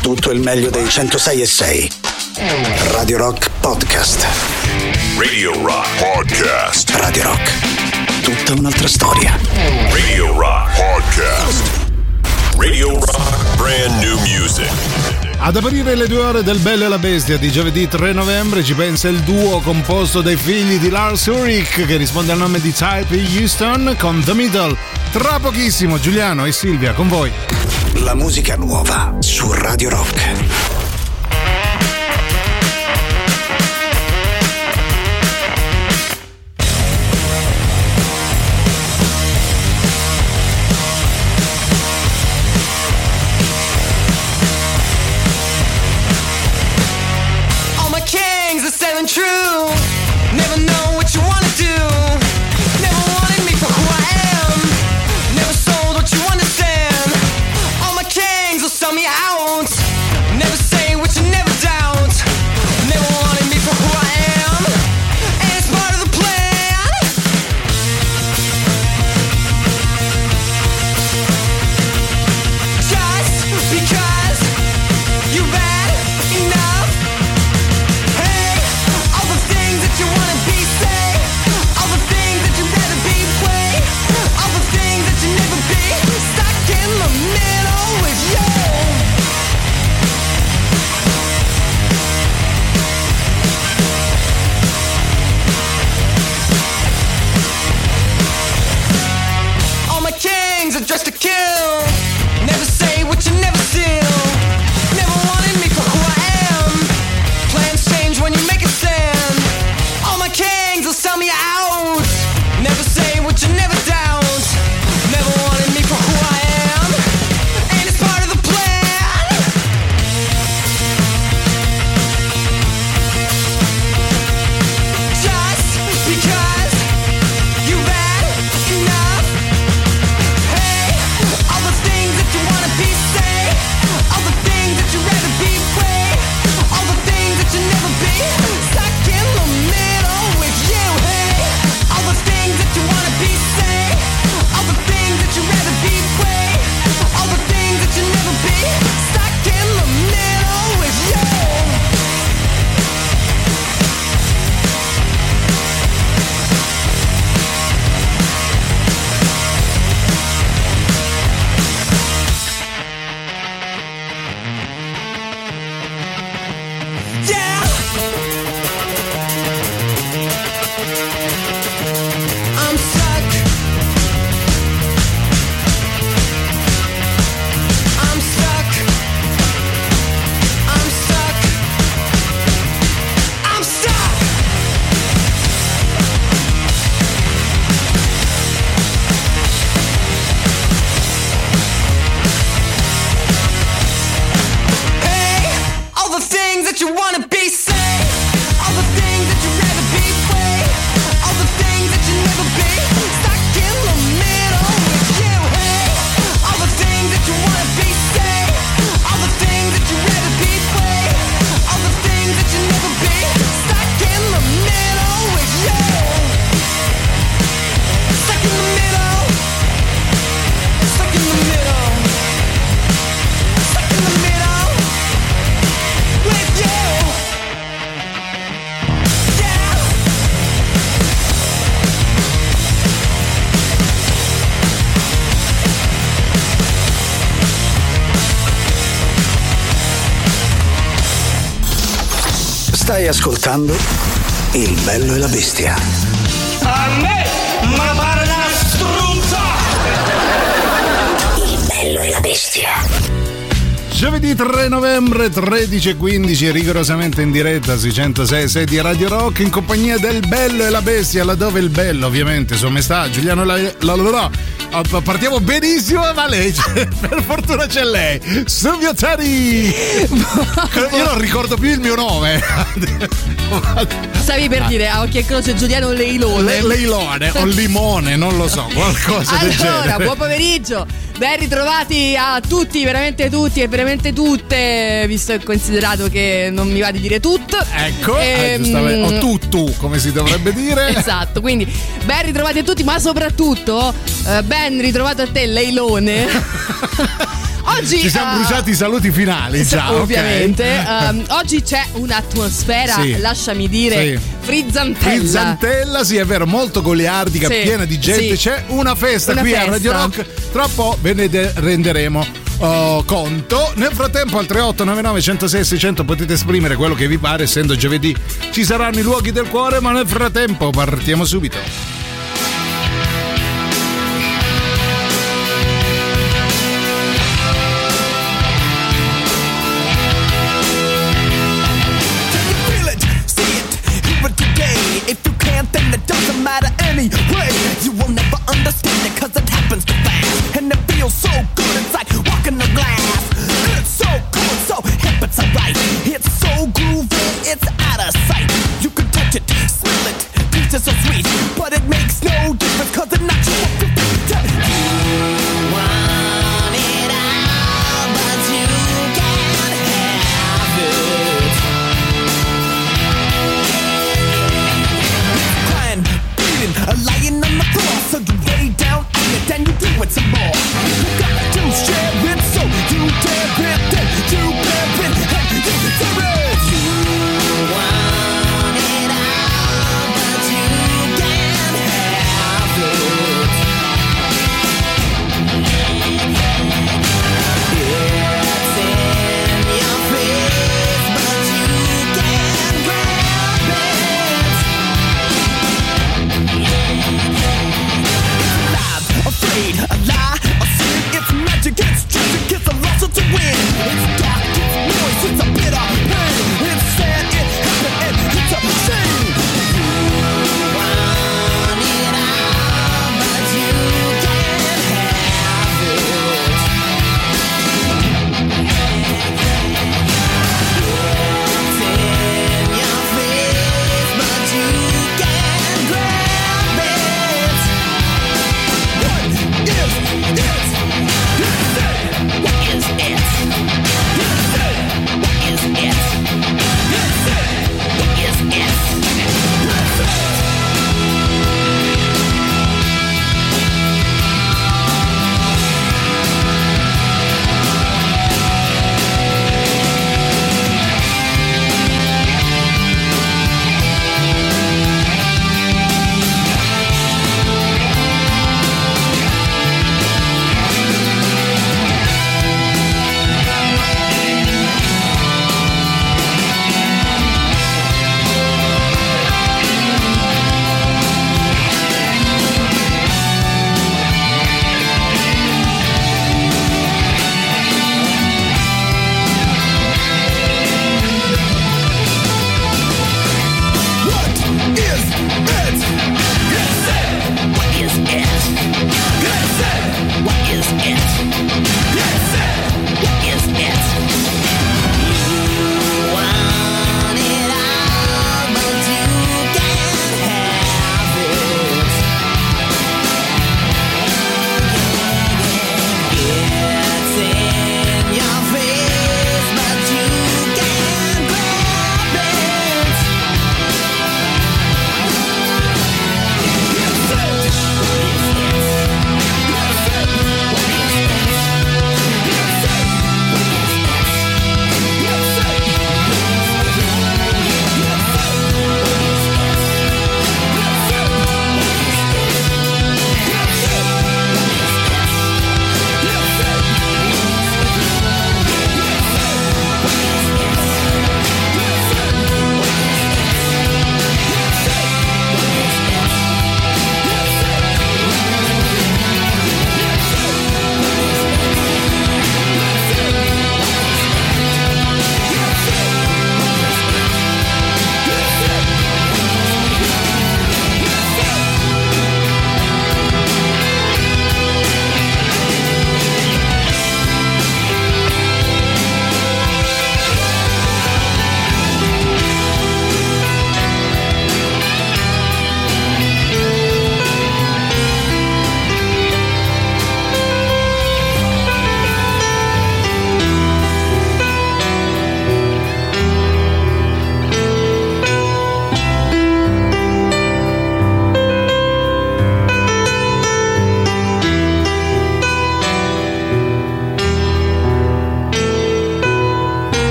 tutto il meglio dei 106.6. Radio Rock Podcast. Radio Rock Podcast. Radio Rock, tutta un'altra storia. Radio Rock Podcast. Radio Rock Brand New Music. Ad aprire le 2 ore del Bello e la Bestia di giovedì 3 novembre ci pensa il duo composto dai figli di Lars Ulrich, che risponde al nome di Type Houston, con The Middle. Tra pochissimo Giuliano e Silvia con voi. La musica nuova su Radio Rock. True, never know what you wanna do. Never wanted me for who I am. Never sold what you understand. All my kings will sell me out. Never say what you never doubt. Never wanted me for who I am. And it's part of the plan. Just because you've had enough. You wanna be say all the things that you'd rather be play, all the things that you never be, stuck in the middle with you. All my kings are dressed to kill. Never say what you never seal. Never wanted me for who I am. Plans change when you make a stand. Kings will sell me out. Never say what you never doubt. Never wanted me for who I am. And it's part of the plan. Just because you've had enough. Hey, all the things that you wanna be say, all the things that you'd rather be play, all the things that you never be, stuck in the middle with you. Hey, all the things that you wanna be say, all the things that you'd rather be play, all the things that you never be, stuck in the middle with you. Yeah. I'm stuck. I'm stuck. I'm stuck. I'm stuck. Hey, all the things that you wanna be say, all the things that you'd rather be play, all the things that you never be, stuck in the middle with you. Hey, all the things that you wanna be say, all the things that you'd rather be play, all the things that you never be, stuck in the middle with you. Stuck in the middle. Stuck in the middle. Stuck in the middle with you. Stai ascoltando Il Bello e la Bestia. A me, ma pare una struzza! Il Bello e la Bestia. Giovedì 3 novembre 13:15, rigorosamente in diretta sui 106.6 di Radio Rock, in compagnia del Bello e la Bestia, laddove il bello ovviamente sua maestà Giuliano partiamo benissimo, ma lei per fortuna c'è lei, Silvia Teddy. Io non ricordo più il mio nome. Stavi per dire a occhio e croce Giuliano Leilone. Leilone o limone, non lo so, qualcosa del genere. Allora, buon pomeriggio. Ben ritrovati a tutti, veramente tutti e veramente tutte, visto e considerato che non mi va di dire tutto. Ecco, giustamente, o tu, come si dovrebbe dire. Esatto, quindi ben ritrovati a tutti, ma soprattutto ben ritrovato a te, Leilone. Oggi ci siamo bruciati i saluti finali già, ovviamente. Okay. Oggi c'è un'atmosfera, sì, lasciami dire, sì, frizzantella. sì, è vero, molto goliardica, sì, piena di gente. sì. C'è una festa qui a Radio Rock. Tra un po' ve ne renderemo conto. Nel frattempo al 3899 106 600 potete esprimere quello che vi pare, essendo giovedì ci saranno i luoghi del cuore, ma nel frattempo partiamo subito. If you can't, then it doesn't matter anyway. You will never understand it cause it happens too fast. And it feels so good, it's like walking the glass. It's so good, so hip, it's alright. It's so groovy, it's out of sight. You can touch it, smell it, taste it so sweet. But it makes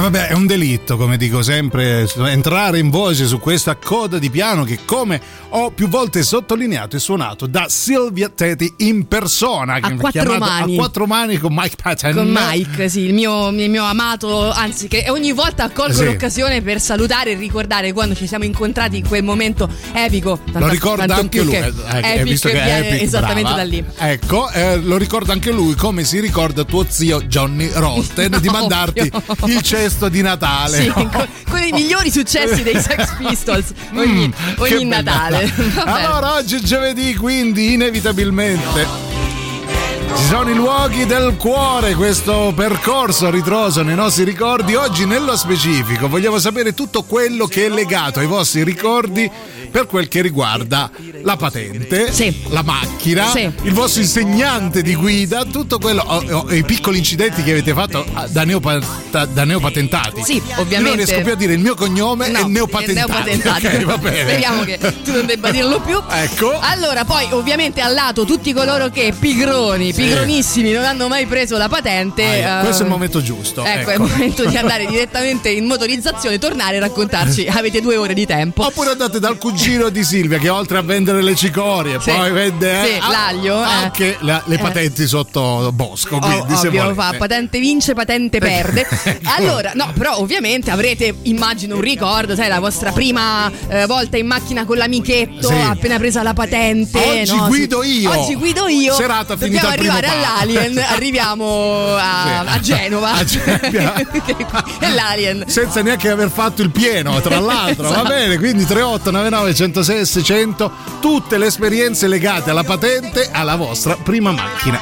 vabbè, è un delitto, come dico sempre, entrare in voce su questa coda di piano che, come ho più volte sottolineato, è suonato da Silvia Teti in persona, che a quattro mani. A quattro mani con Mike Patton. Con Mike, sì, il mio amato, anzi, che ogni volta colgo l'occasione per salutare e ricordare quando ci siamo incontrati in quel momento epico. Lo ricorda anche lui, visto che è epic, esattamente brava. Da lì. Ecco, lo ricorda anche lui, come si ricorda tuo zio Johnny Rotten di mandarti il cesto di Natale. Sì, con i migliori successi dei Sex Pistols ogni Natale. Allora, oggi è giovedì, quindi inevitabilmente ci sono i luoghi del cuore, questo percorso a ritroso nei nostri ricordi. Oggi nello specifico vogliamo sapere tutto quello che è legato ai vostri ricordi per quel che riguarda la patente, la macchina, il vostro insegnante di guida, tutto quello, i piccoli incidenti che avete fatto da neopatentati. Sì, ovviamente. Io non riesco più a dire il mio cognome è neopatentati. Okay, va bene. Speriamo che tu non debba dirlo più. Ecco. Allora, poi ovviamente al lato tutti coloro che pigronissimi non hanno mai preso la patente. Questo è il momento giusto. Ecco, è il momento di andare direttamente in motorizzazione, tornare e raccontarci. Avete 2 ore di tempo. Oppure andate dal cugino di Silvia, che oltre a vendere le cicorie poi vende l'aglio, anche le patenti sotto bosco. Quindi, ovvio, fa patente vince, patente perde. Ecco. Allora, no, però ovviamente avrete, immagino, un ricordo, sai, la vostra prima volta in macchina con l'amichetto, appena presa la patente. Oggi guido io. Serata finita. Dobbiamo arrivare all'Alien, arriviamo a Genova. È l'Alien. Senza neanche aver fatto il pieno, tra l'altro. Esatto. Va bene, quindi 3899 106 600, tutte le esperienze legate alla patente, alla vostra prima macchina.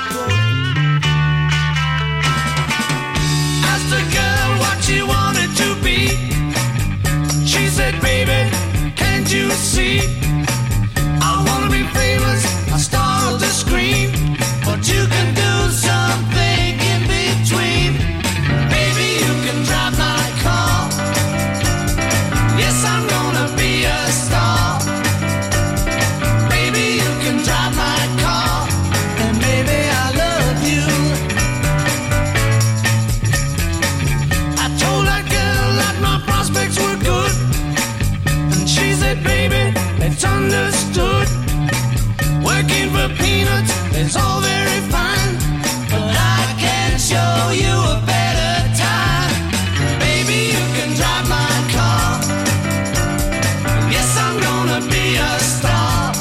Asked a girl what she wanted to be. She said, baby, can't you see? I wanna be famous, a star of the screen, but you can do something in between. Baby, you can drive my car. Yes, I'm gonna be a star. Baby, you can drive my car, and baby, I love you. I told that girl that my prospects were good, and she said, baby, it's understood. Working for peanuts is all very fine, but I can show you a better time. Baby, you can drive my car. Yes, I'm gonna be a star.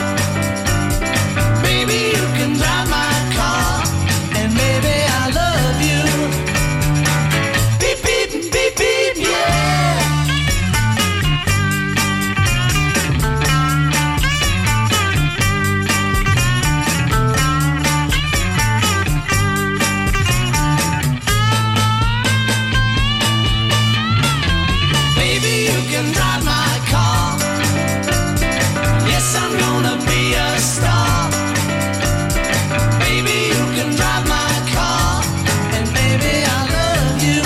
Baby, you can drive my car, and baby, I love you. Beep, beep, beep, beep, yeah. Baby, you can drive my car. Yes, I'm gonna be a star. Baby, you can drive my car, and baby, I love you.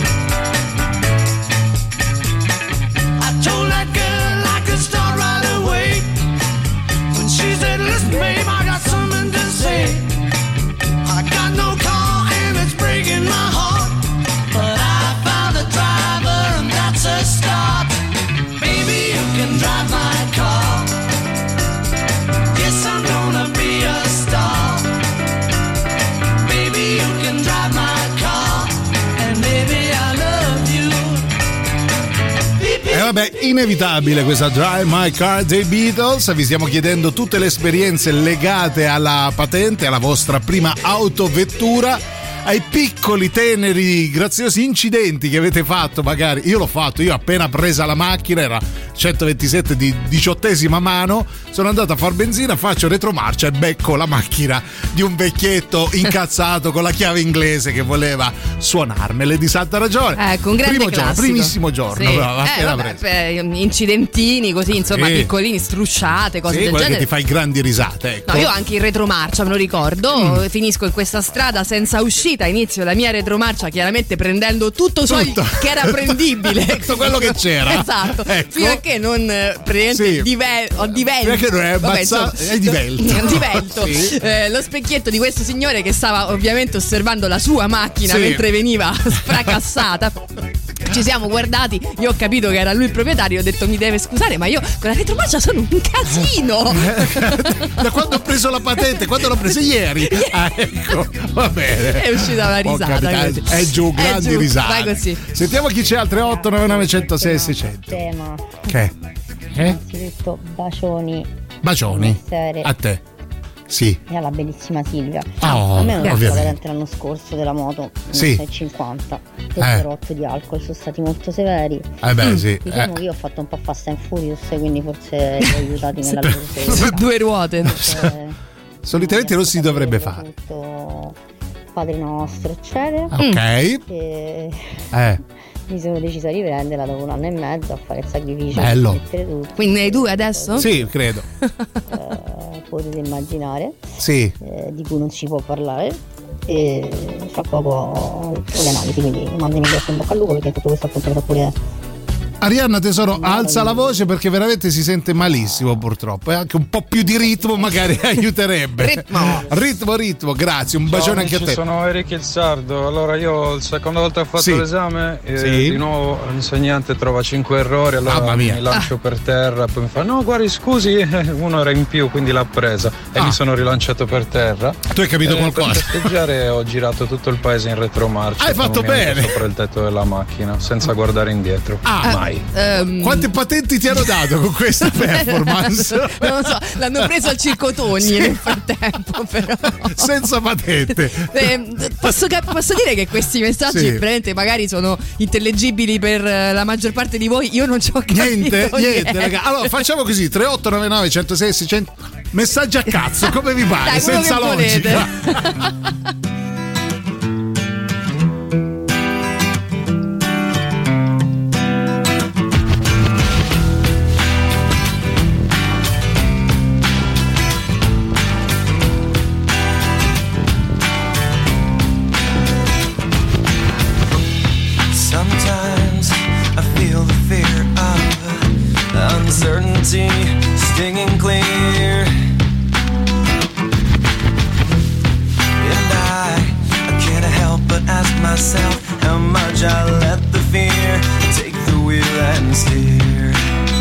I told that girl I could start right away. When she said, listen, babe, I got something to say. I got no car and it's breaking my heart, but I found a driver and that's a start. Baby, you can drive my car. Yes, I'm gonna be a star. Baby, you can drive my car, and baby, I love you. Beep, beep. E vabbè, inevitabile questa Drive My Car dei Beatles. Vi stiamo chiedendo tutte le esperienze legate alla patente, alla vostra prima autovettura, ai piccoli, teneri, graziosi incidenti che avete fatto. Magari io l'ho fatto, io appena presa la macchina, era 127 di 18ª mano, sono andato a far benzina, faccio retromarcia e becco la macchina di un vecchietto incazzato con la chiave inglese che voleva suonarmele di santa ragione. Ecco, un grande primo classico. Primissimo giorno, sì. però, appena preso. Incidentini così, insomma, Sì. piccolini, strusciate, cose del quello genere. che ti fai grandi risate, ecco. No, io anche in retromarcia me lo ricordo, finisco in questa strada senza uscita, inizio la mia retromarcia chiaramente prendendo tutto ciò che era prendibile. Tutto quello che c'era. Esatto. Ecco. Fino a che non praticamente Sì. divelto. Perché non è abbassato, è divelto. Sì. Lo specchietto di questo signore che stava ovviamente osservando la sua macchina Sì. mentre veniva fracassata. Ci siamo guardati, io ho capito che era lui il proprietario, ho detto mi deve scusare, ma io con la retromarcia sono un casino. Da quando ho preso la patente? Quando l'ho presa? Ieri. Ah, ecco, va bene. È uscita una risata. È giù, grandi risate. Vai così. Sentiamo chi c'è al 3899 106 600. Tema. Che? Innanzitutto bacioni. Bacioni. Serie. A te. Sì. E alla bellissima Silvia. Oh, a me non è ovviamente. stata patente l'anno scorso della moto, Sì. 650. Per rotto di alcol, sono stati molto severi. Sì. Diciamo che io ho fatto un po' Fast and Furious, quindi forse li ho aiutati nella loro severità. Due ruote. Solitamente non si dovrebbe fare. Tutto Padre Nostro, eccetera. Ok. E mi sono decisa di riprenderla dopo 1 anno e mezzo a fare il sacrificio. Bello. Di mettere tutto. Quindi ne hai 2 adesso? Sì, credo. Potete immaginare. Sì. Di cui non si può parlare. E fra poco le analisi, quindi mandami questo in bocca al lupo perché tutto questo appunto pure. Arianna tesoro, alza la voce perché veramente si sente malissimo purtroppo, e anche un po' più di ritmo magari aiuterebbe. Ritmo, grazie, un bacione anche a te. Sono Eric il Sardo. Allora io la seconda volta ho fatto l'esame di nuovo l'insegnante trova 5 errori, allora mi lancio per terra, poi mi fa no guardi scusi, uno era in più quindi l'ha presa e mi sono rilanciato per terra. Tu hai capito qualcosa? Per festeggiare ho girato tutto il paese in retromarcia. Hai fatto bene. Sopra il tetto della macchina senza guardare indietro. Mai. Quante patenti ti hanno dato con questa performance? Non lo so, l'hanno preso al Circo Togni nel frattempo, però. Senza patente. Posso dire che questi messaggi veramente magari sono intellegibili per la maggior parte di voi. Io non ci ho capito niente raga. Allora facciamo così: 3899 106 600. Messaggi a cazzo, come vi pare? Dai, senza logica. Sometimes I feel the fear of uncertainty stinging clear, and I can't help but ask myself how much I let the fear take the wheel and steer.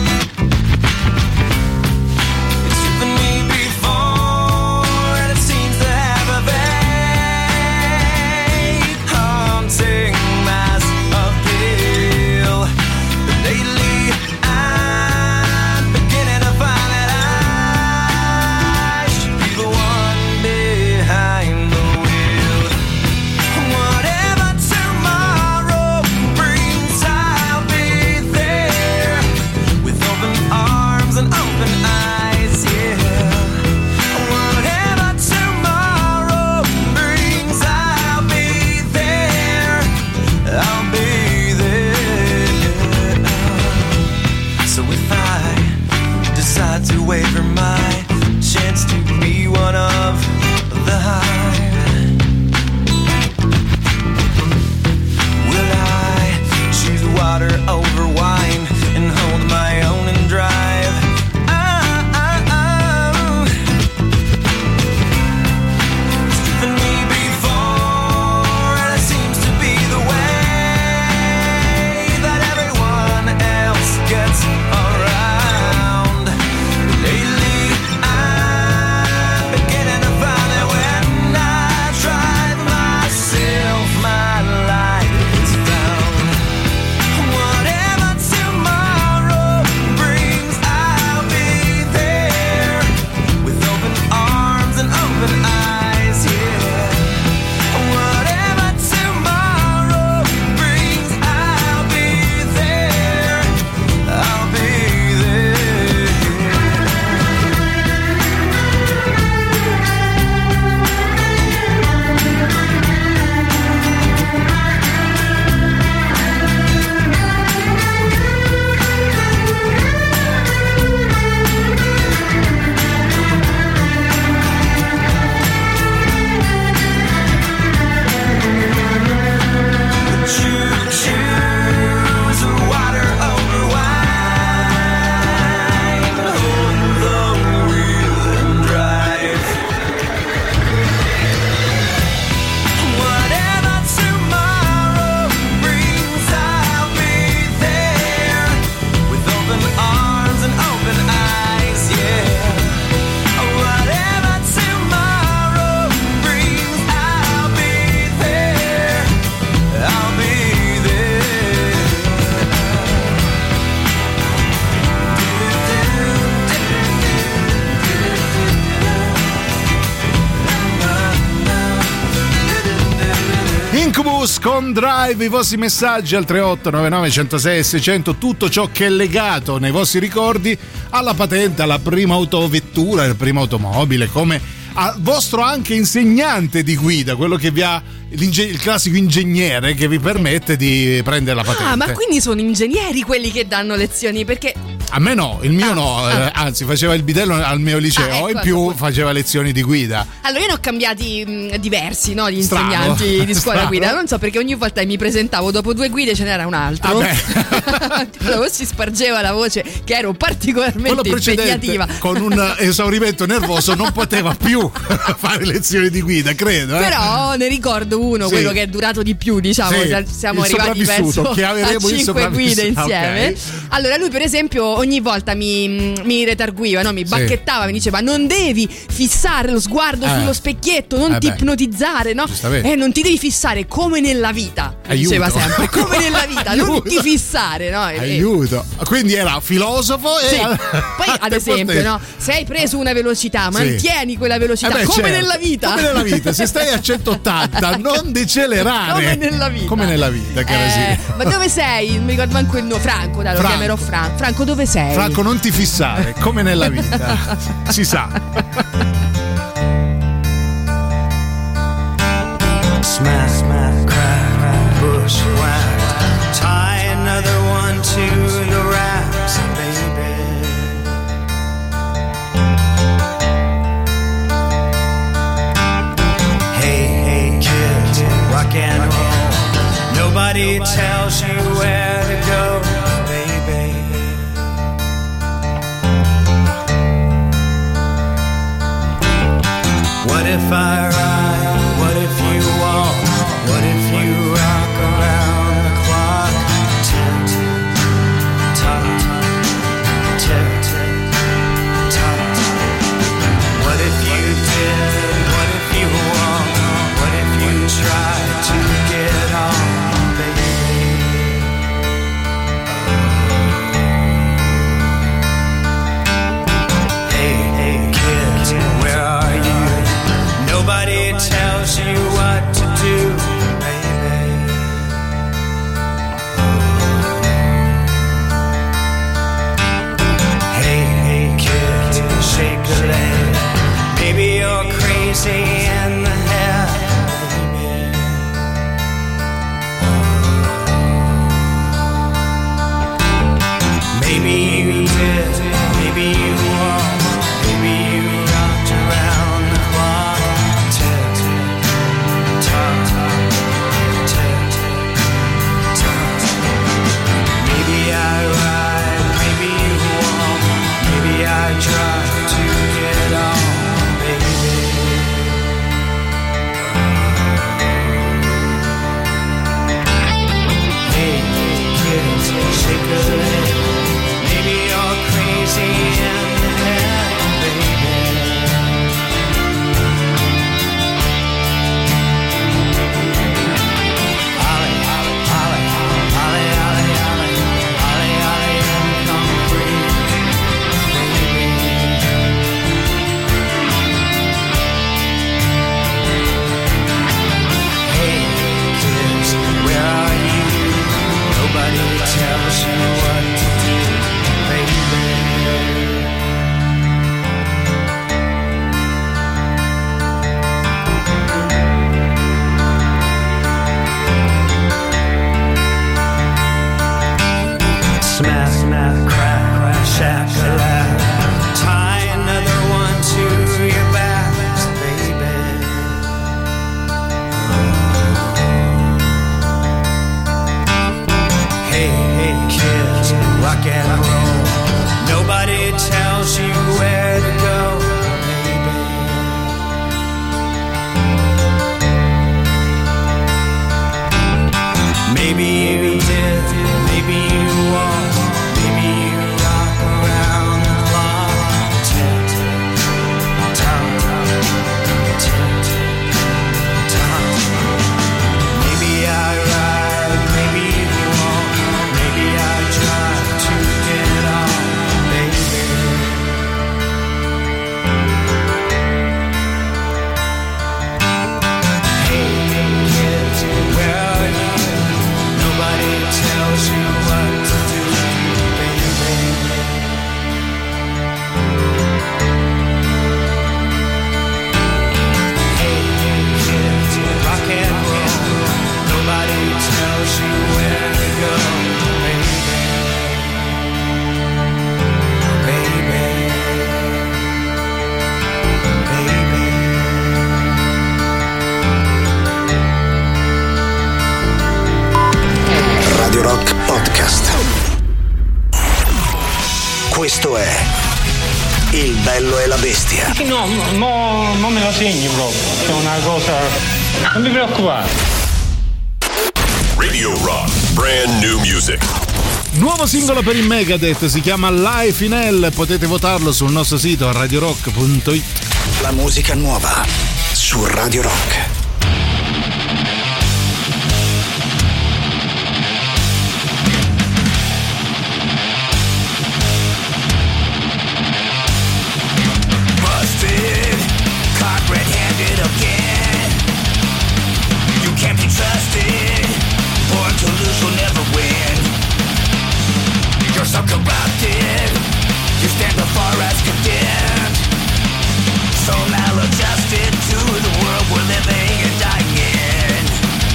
It's driven me before, and it seems to have a vague haunting mass of guilt. But lately I'm beginning to find that I should be the one behind the wheel. Whatever tomorrow brings, I'll be there. con Drive, i vostri messaggi al 3899 106 600, tutto ciò che è legato nei vostri ricordi alla patente, alla prima autovettura, alla prima automobile, come al vostro anche insegnante di guida, quello che vi ha il classico ingegnere che vi permette di prendere la patente. Ah, ma quindi sono ingegneri quelli che danno lezioni? Perché a me no, il mio anzi faceva il bidello al mio liceo, in più faceva lezioni di guida. Allora io ne ho cambiati diversi, no, gli Strano. insegnanti di scuola guida, non so perché ogni volta che mi presentavo dopo 2 guide ce n'era un altro. Allora si spargeva la voce che ero particolarmente impegnativa, con un esaurimento nervoso non poteva più fare lezioni di guida, credo. Però ne ricordo uno, quello che è durato di più, diciamo, siamo arrivati penso che a 5 guide insieme. Okay. Allora lui per esempio ogni volta mi retarguiva, no? Mi bacchettava, mi diceva non devi fissare lo sguardo sullo specchietto, non ti ipnotizzare, no? Non ti devi fissare come nella vita, diceva sempre, come nella vita, non ti fissare, no? Aiuto. Quindi era filosofo e poi ad esempio, no? Se hai preso una velocità, mantieni quella velocità come nella vita. Come nella vita, se stai a 180 non decelerare. Come nella vita, che era sì. Ma dove sei? Non mi ricordo manco il nome. Franco, dai, lo chiamerò Franco. Franco, dove sei? Franco, non ti fissare, come nella vita. Si sa. Smack, smack, crack, bushwhacked. Tie another one to the racks, baby. Hey, hey, kid, rock and roll. Nobody tells you where to go, baby. What if I ride? What if you walk? What if you rock around the clock? Tick, tock, tick, tock. What if you did? What if you walk? What if you tried to get on, baby? Hey, hey, kid, where are you? Nobody tells you what to do, baby. Hey, hey, kid, shake a leg. Maybe you're crazy in the head, baby. Maybe you did, maybe you won't. Maybe you rocked around the clock. Tick, tock, tick, tock. Maybe I ride, maybe you won't. Maybe I try to get on, baby. Hey, kids, shake a leg. Maybe you're crazy in the head, baby. Ollie, Ollie, Ollie, Ollie, Ollie, Ollie, Ollie, Ollie, and come free, baby. Hey, kids, where are you? Nobody tells you what to do, baby. Smack, smack, crack, crack, shack-a-lack. Tie another one to your back, baby. Hey, hey, kids, rock and roll. Nobody tells you where to go, baby. Maybe you did, maybe you won't. Maybe you rock around the clock. Tick, tock, tick, tock. Maybe I ride, maybe you won't. Maybe I try to get on, baby. Hey, kids, where are you? tells you what to do, baby. Hey, kids, rock and roll. Nobody tells you where to go, baby. Radio Rock Podcast. Questo è Il Bello e la Bestia. No, mo me lo segni proprio. È una cosa. Non mi preoccupare. Radio Rock, brand new music. Nuovo singolo per i Megadeth, si chiama Life in Hell, potete votarlo sul nostro sito radiorock.it. La musica nuova su Radio Rock. Busted, caught red-handed again. You can't be trusted, born to lose, you'll never win. You're so corrupted, you stand before us condemned. So maladjusted to the world we're living and dying in.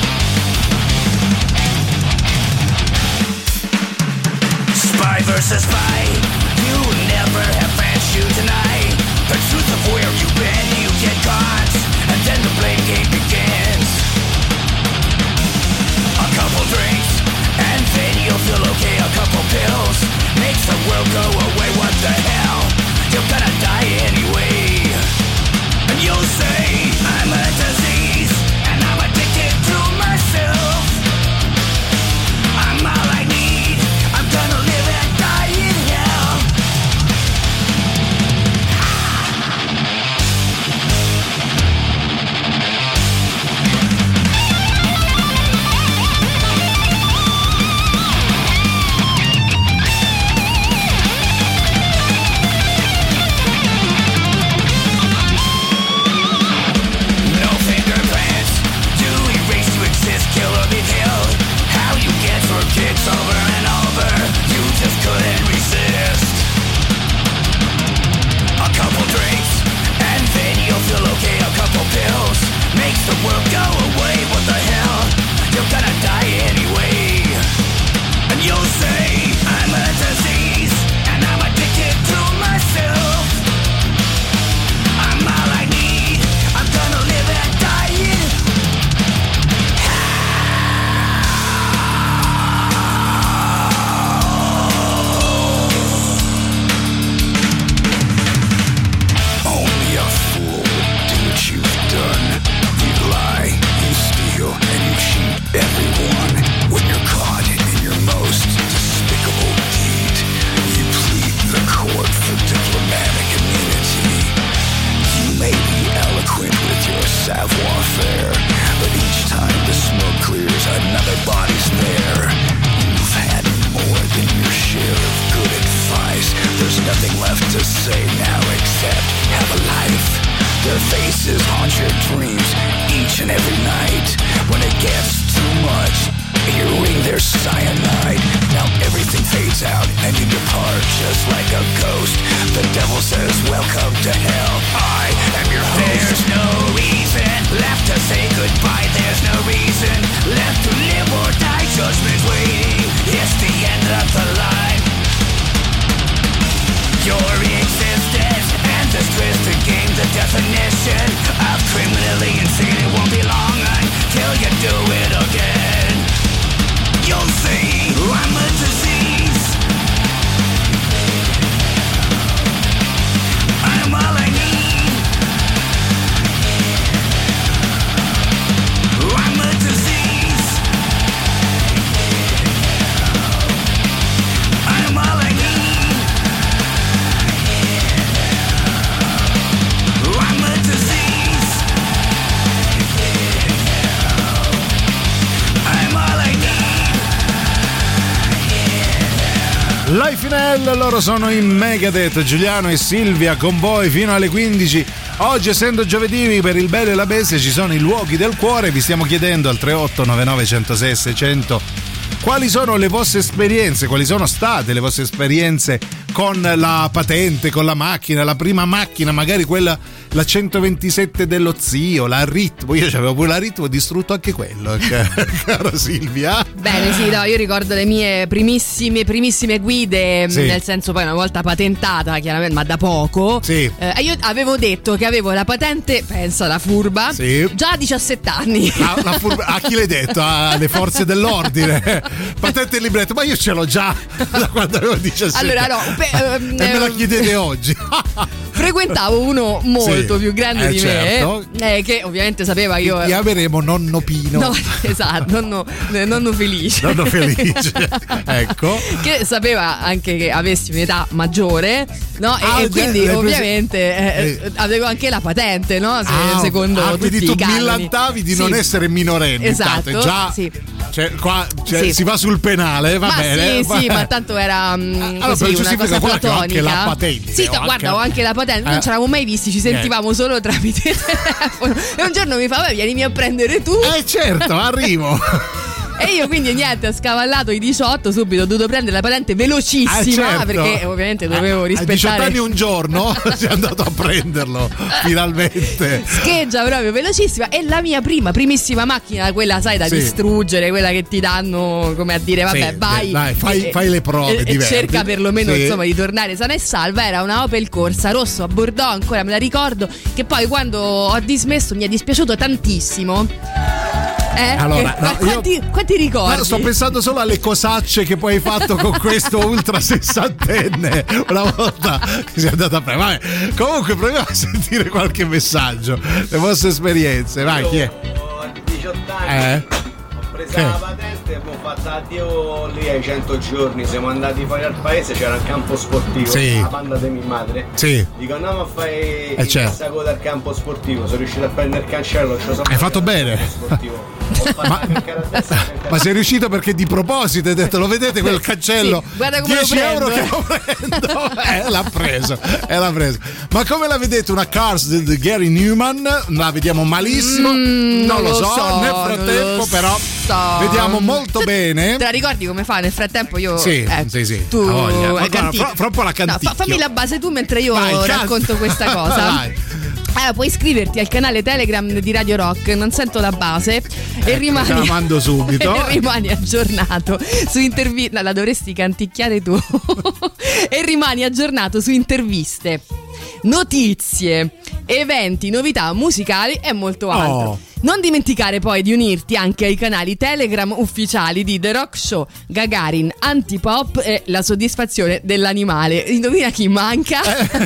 Spy versus spy, you never have friends you tonight. The truth of where you've been, you get caught, and then the blame game begins. A couple drinks, and then you'll feel okay. A couple pills makes the world go away. What the hell? You're gonna die anyway. And you'll say, I'm a disease, and I'm addicted to myself. I'm all I need, I'm gonna live and die in hell. No fingerprints to erase, to exist, kill or be killed. How you get for kicks over and over, you just couldn't resist. A couple drinks, and then you'll feel okay. A couple pills makes the world go away. What the hell? You're gonna die anyway. And you'll say, I'm a disease, and I'm addicted to myself. I'm all I need, I'm gonna live and die in. Only a fool would do what you've done. You lie, you steal, and you cheat everyone. When you're caught in your most despicable deed, you plead the court for diplomatic immunity. You may be eloquent with your savoir-faire, but each time the smoke clears, another body's there. You've had more than your share of good advice. There's nothing left to say now except have a life. Their faces haunt your dreams each and every night. When it gets too much, hearing their cyanide. Now everything fades out and you depart just like a ghost. The devil says, welcome to hell, I am your host. There's no reason left to say goodbye. There's no reason left to live or die. Judgment's waiting, it's the end of the line. Your existence and this twisted game, the definition of criminally insane. It won't be long until you do it again. You'll say, I'm a disease, I'm all I need. I'm a disease, I'm all I need. I'm a disease, I'm all I need. Life in Hell, loro sono in Megadeth, Giuliano e Silvia con voi fino alle 15. Oggi, essendo giovedì, per il Bello e la Bestia ci sono i luoghi del cuore. Vi stiamo chiedendo al 3899 106 600 quali sono le vostre esperienze, quali sono state le vostre esperienze con la patente, con la macchina, la prima macchina, magari quella, la 127 dello zio, la Ritmo. Io c'avevo pure la Ritmo, ho distrutto anche quello, cara Silvia. Bene, sì, no, io ricordo le mie primissime guide, sì. Nel senso, poi una volta patentata, chiaramente, ma da poco. Sì. Io avevo detto che avevo la patente, pensa la furba, sì. già a 17 anni. La furba, a chi l'hai detto? Alle forze dell'ordine. Patente e libretto, ma io ce l'ho già da quando avevo 17. Allora, no, e me la chiedete oggi. Frequentavo uno molto sì. più grande di certo. me, che ovviamente sapeva che io. Chiameremo nonno Pino. No, esatto, nonno felice. Nonno felice. Ecco. Che sapeva anche che avessi un'età maggiore, no? E quindi ovviamente avevo anche la patente, no? Secondo tutti quindi tu i canoni. millantavi di non essere minorenne. Esatto. Intanto, già sì. Qua sì. si va sul penale, va bene. Sì, ma tanto era così, una cosa platonica. Anche la patente. Sì, guarda, ho anche la patente. Non ci eravamo mai visti, ci sentivamo solo tramite telefono. E un giorno mi fa: "Vai, vienimi a prendere tu". Certo, arrivo. E io quindi niente, ho scavallato i 18 subito, ho dovuto prendere la patente velocissima, certo. Perché ovviamente dovevo rispettare. A 18 anni un giorno sei andato a prenderlo, finalmente. Scheggia proprio velocissima. E la mia primissima macchina, quella sai da distruggere, quella che ti danno come a dire vabbè vai, fai le prove e cerca perlomeno insomma di tornare sana e salva. Era una Opel Corsa rosso a Bordeaux, ancora me la ricordo, che poi quando ho dismesso mi è dispiaciuto tantissimo. Allora, quanti ricordi? No, sto pensando solo alle cosacce che poi hai fatto con questo ultra sessantenne una volta che sei andata a prendere. Vabbè, comunque proviamo a sentire qualche messaggio, le vostre esperienze. Vai, chi è? A 18 anni ho preso la patente e abbiamo fatto addio lì ai 100 giorni. Siamo andati fuori al paese, c'era un campo sportivo, la banda di mia madre. Sì. Dico andiamo a fare il passacoda al campo sportivo. Sono riuscito a prendere il cancello. Hai fatto bene. Sportivo. Ma sei riuscito perché di proposito hai detto lo vedete quel cancello? Sì, guarda come 10 euro che lo prendo. L'ha preso. Ma come la vedete una Cars di Gary Newman? La vediamo malissimo. Non lo so. Nel frattempo però vediamo molto bene. Te la ricordi come fa? Nel frattempo io sì. Tu proprio la canticchio. Fammi la base tu mentre io racconto questa cosa. Vai. Puoi iscriverti al canale Telegram di Radio Rock, non sento la base, e rimani. Te la mando subito. E rimani aggiornato su interviste. No, la dovresti canticchiare tu. E rimani aggiornato su interviste, notizie, eventi, novità musicali e molto altro. Non dimenticare poi di unirti anche ai canali Telegram ufficiali di The Rock Show, Gagarin, Antipop e La soddisfazione dell'animale. Indovina chi manca?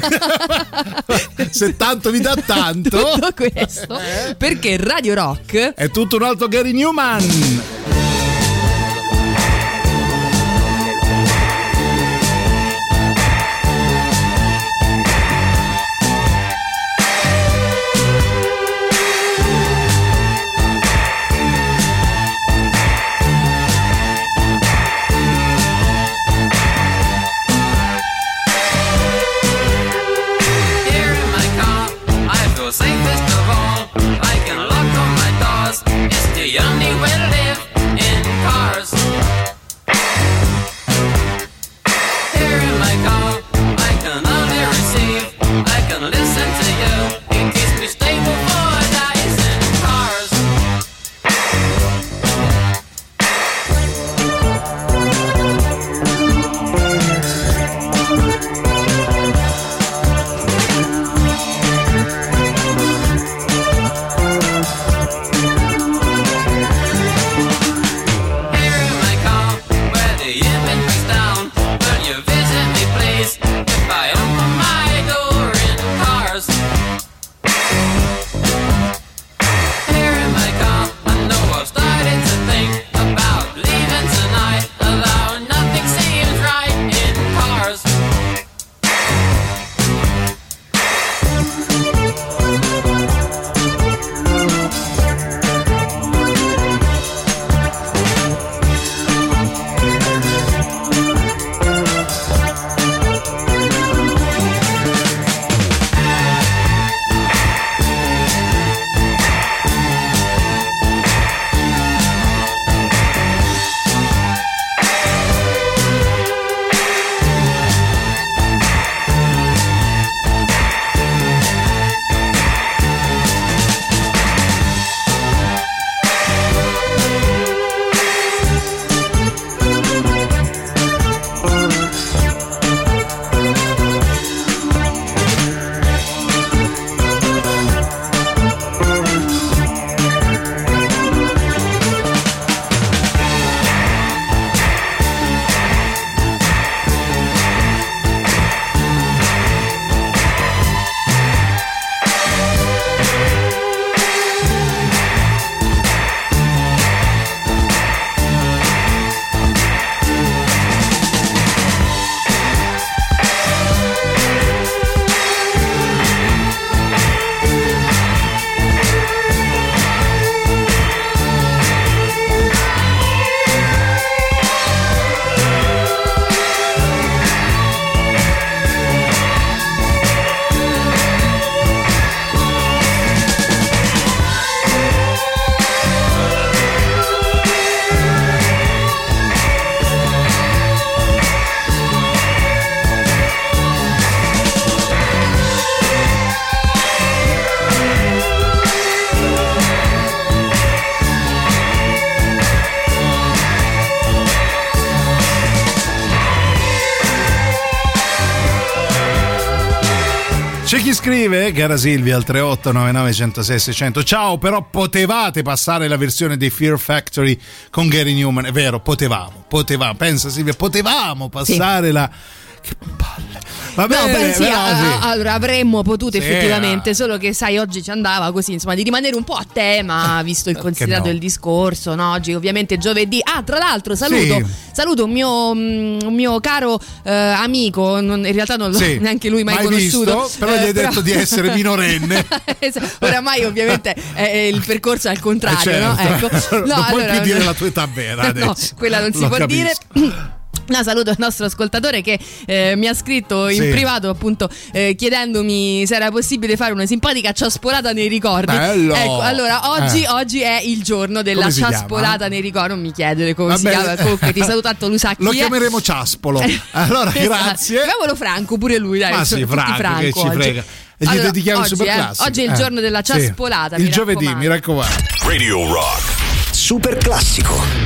Se tanto vi dà tanto. Tutto questo perché Radio Rock è tutto un altro Gary Newman. Safest of all, I can lock all my doors. It's the only way to live C'è chi scrive, cara Silvia, al 3899 106 600: ciao, però potevate passare la versione dei Fear Factory con Gary Newman. È vero, potevamo, pensa Silvia, potevamo passare la... Che palle. Va bene, sì. Allora avremmo potuto effettivamente, solo che sai, oggi ci andava così, insomma, di rimanere un po' a tema, visto il considerato il discorso, no? Oggi ovviamente giovedì. Tra l'altro saluto un mio caro amico, in realtà non l'ho neanche lui mai conosciuto, visto, però gli hai detto di essere minorenne. Oramai ovviamente il percorso è al contrario, no? Ecco. Non puoi più dire la tua età vera adesso. No, quella non si può dire. No, saluto il nostro ascoltatore che mi ha scritto in privato, appunto, chiedendomi se era possibile fare una simpatica ciaspolata nei ricordi. Bello. Ecco, allora oggi è il giorno della ciaspolata nei ricordi. Non mi chiedere come si chiama. Comunque ti saluto tanto, Lusacchi. Lo chiameremo Ciaspolo. Allora, grazie. Chiamiamolo Franco pure lui, dai. Ma sì, Franco che ci frega. E gli dedichiamo il Superclassico. Oggi è il giorno della ciaspolata. Il giovedì, mi raccomando. Radio Rock Superclassico.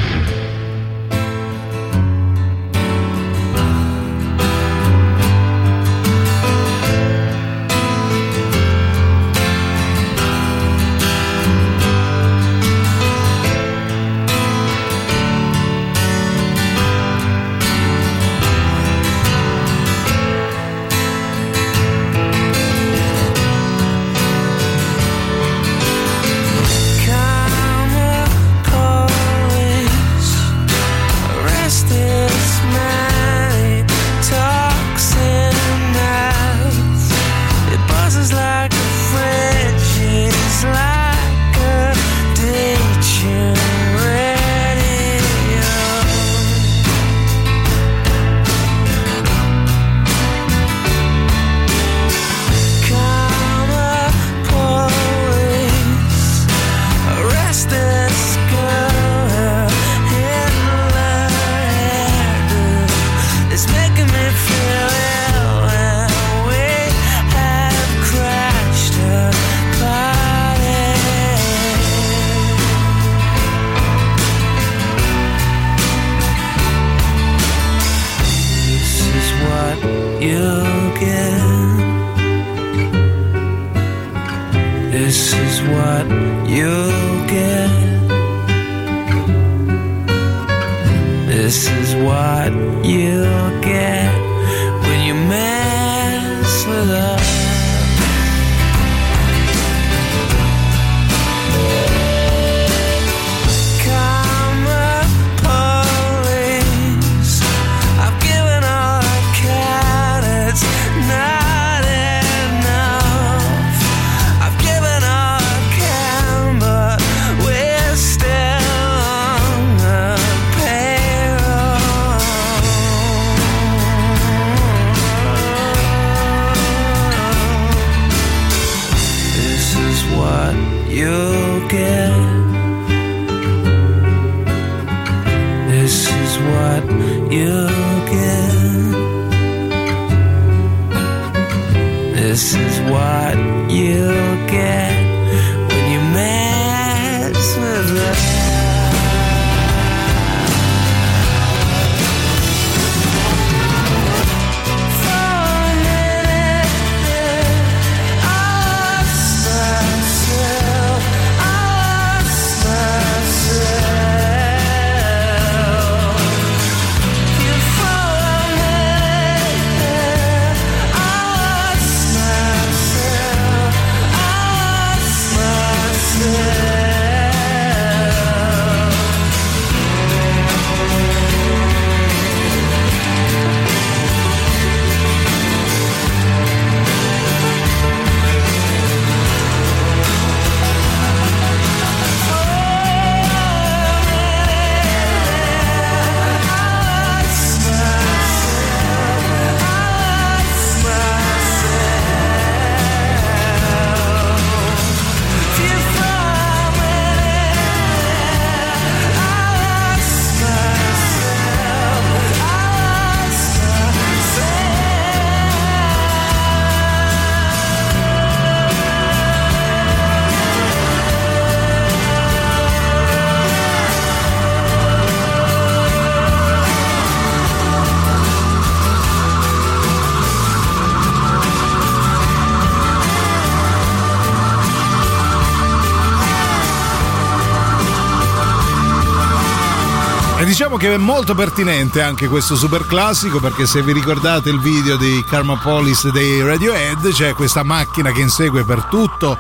diciamo che è molto pertinente anche questo super classico, perché se vi ricordate il video di Karma Police dei Radiohead, c'è questa macchina che insegue per tutto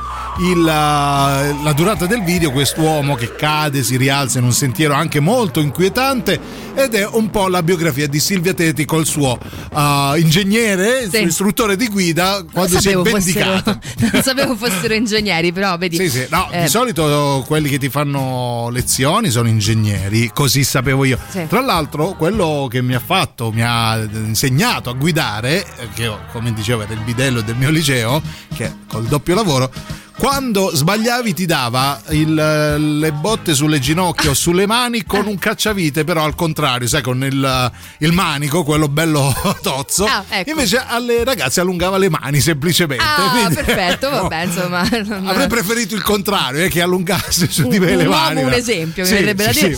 la durata del video quest'uomo che cade, si rialza in un sentiero anche molto inquietante, ed è un po' la biografia di Silvia Teti col suo ingegnere, sì, istruttore di guida, quando si è vendicata. Non sapevo fossero ingegneri, però vedi. Sì. No, di solito quelli che ti fanno lezioni sono ingegneri, così sapevo io. Sì. Tra l'altro quello che mi ha insegnato a guidare, che come dicevo era il bidello del mio liceo, che col doppio lavoro, quando sbagliavi ti dava le botte sulle ginocchia o sulle mani con un cacciavite, però al contrario, sai, con il manico, quello bello tozzo. Ecco. Invece alle ragazze allungava le mani semplicemente. Quindi, perfetto, vabbè, insomma. Avrei preferito il contrario, che allungasse su di me le mani. Un esempio, mi verrebbe da dire.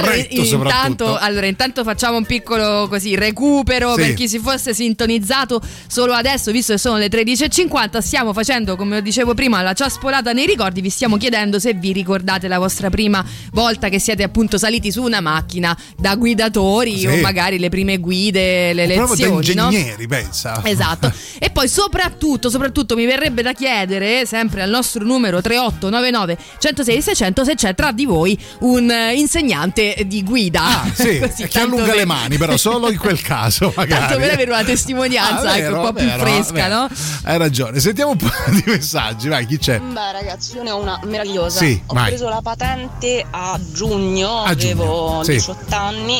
Allora, intanto facciamo un piccolo così recupero per chi si fosse sintonizzato solo adesso, visto che sono le 13:50. Stiamo facendo, come dicevo prima, la spolata nei ricordi. Vi stiamo chiedendo se vi ricordate la vostra prima volta che siete appunto saliti su una macchina da guidatori, o magari le prime guide, le lezioni, proprio da ingegneri, pensa. Esatto. E poi soprattutto mi verrebbe da chiedere, sempre al nostro numero 3899 106 600, se c'è tra di voi un insegnante di guida. Così, che allunga le mani, però solo in quel caso magari. Tanto per avere una testimonianza un po' più fresca, no? Hai ragione. Sentiamo un po' di messaggi, vai, chi c'è? Beh ragazzi, io ne ho una meravigliosa. Ho vai. preso la patente a giugno, avevo 18 anni.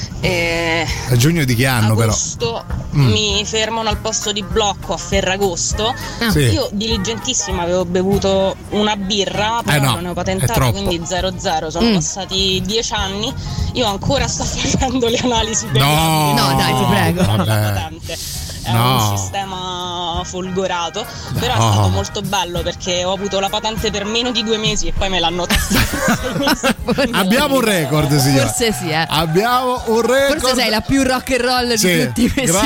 A giugno di che anno agosto, però? Mi fermano al posto di blocco a Ferragosto. Io diligentissima avevo bevuto una birra, però non ne ho patentata, quindi 0-0. Sono passati 10 anni, io ancora sto facendo le analisi per no, dai, ti prego. Patente. È un sistema folgorato, però è stato molto bello perché ho avuto la patente per meno di 2 mesi e poi me l'hanno testata. Abbiamo un record, signora. Forse sì, abbiamo un record. Forse sei la più rock and roll di tutti i mesi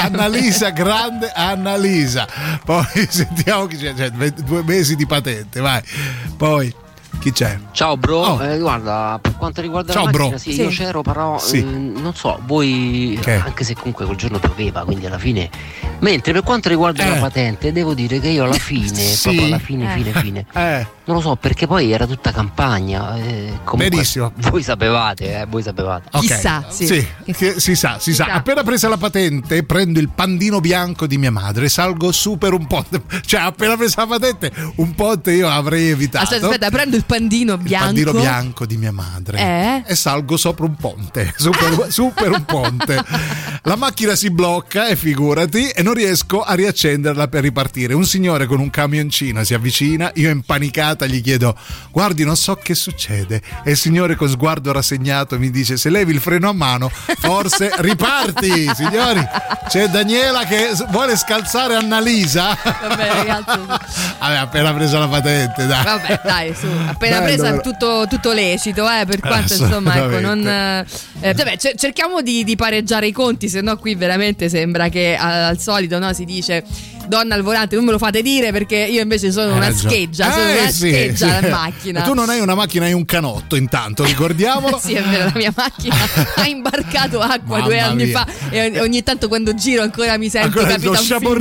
grande Annalisa. Poi sentiamo chi c'è, 2 mesi di patente, vai. Poi chi c'è? Ciao bro, guarda, per quanto riguarda la macchina, io c'ero, però non so, voi, anche se comunque quel giorno pioveva, quindi alla fine, mentre per quanto riguarda la patente, devo dire che io alla fine, proprio alla fine, non lo so, perché poi era tutta campagna, comunque, benissimo. Voi sapevate. Okay. Chissà, si sa. Appena presa la patente, prendo il pandino bianco di mia madre, salgo su per un ponte, cioè appena presa la patente, un ponte io avrei evitato. Aspetta, prendo il pandino bianco di mia madre e salgo sopra un ponte, su per un ponte. La macchina si blocca, e figurati, e non riesco a riaccenderla per ripartire. Un signore con un camioncino si avvicina, io impanicata gli chiedo: guardi, non so che succede, e il signore con sguardo rassegnato mi dice: se levi il freno a mano forse riparti. Signori, c'è Daniela che vuole scalzare Annalisa. Vabbè ragazzi, appena presa la patente, dai. Vabbè, dai, su, appena presa tutto lecito, per quanto insomma, ecco, non vabbè, cerchiamo di pareggiare i conti, se no qui veramente sembra che al solito si dice donna al volante, non me lo fate dire, perché io invece sono una scheggia, la macchina. Ma tu non hai una macchina, hai un canotto, intanto, ricordiamolo. Sì, è vero, la mia macchina ha imbarcato acqua 2 anni fa, e ogni tanto quando giro ancora mi sento Capitan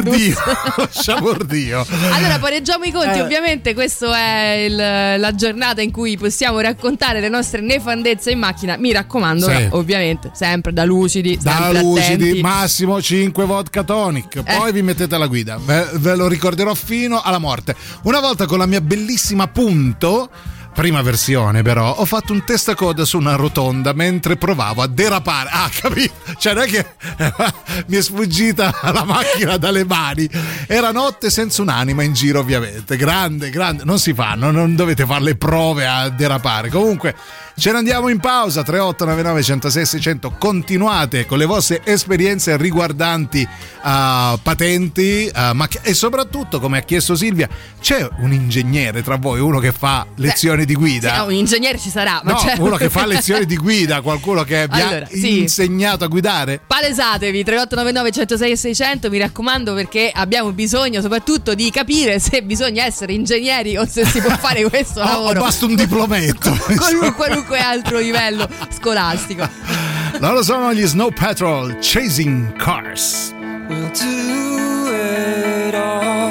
sciabordio. Allora pareggiamo i conti, ovviamente questo è la giornata in cui possiamo raccontare le nostre nefandezze in macchina, mi raccomando, ovviamente sempre da lucidi, attenti. Massimo 5 vodka tonic, poi vi mettete alla guida. Ve lo ricorderò fino alla morte. Una volta con la mia bellissima Punto, prima versione, però ho fatto un testacoda su una rotonda mentre provavo a derapare. Capito? Cioè non è che mi è sfuggita la macchina dalle mani. Era notte, senza un'anima in giro, ovviamente. Grande, non si fanno, non dovete fare le prove a derapare. Comunque ce ne andiamo in pausa. 3899 106 600. Continuate con le vostre esperienze riguardanti patenti, e soprattutto, come ha chiesto Silvia, c'è un ingegnere tra voi, uno che fa lezioni di guida? Un ingegnere ci sarà, ma uno che fa lezioni di guida, qualcuno che vi ha insegnato a guidare? Palesatevi, 3899 106 600, mi raccomando, perché abbiamo bisogno soprattutto di capire se bisogna essere ingegneri o se si può fare questo lavoro. Basta un diplometto. Con qualunque altro livello scolastico. Loro sono gli Snow Patrol, Chasing Cars. We'll do it all,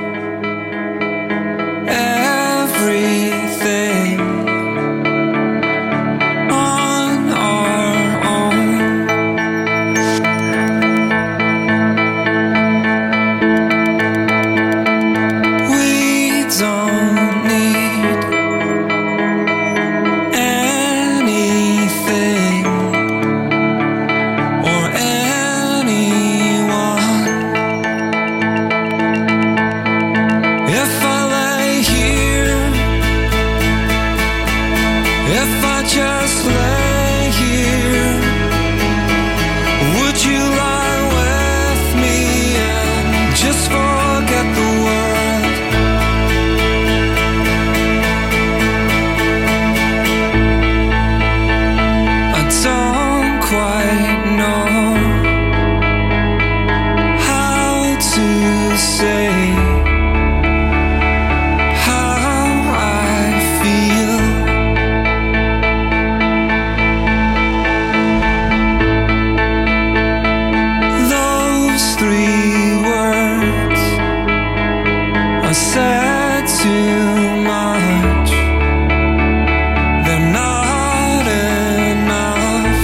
everything on our own. We don't need anything or anyone. If I lay here, if I just lay here, would you lie with me and just forget the world? I don't quite know how to say how I feel. Those 3 words are said too much. They're not enough.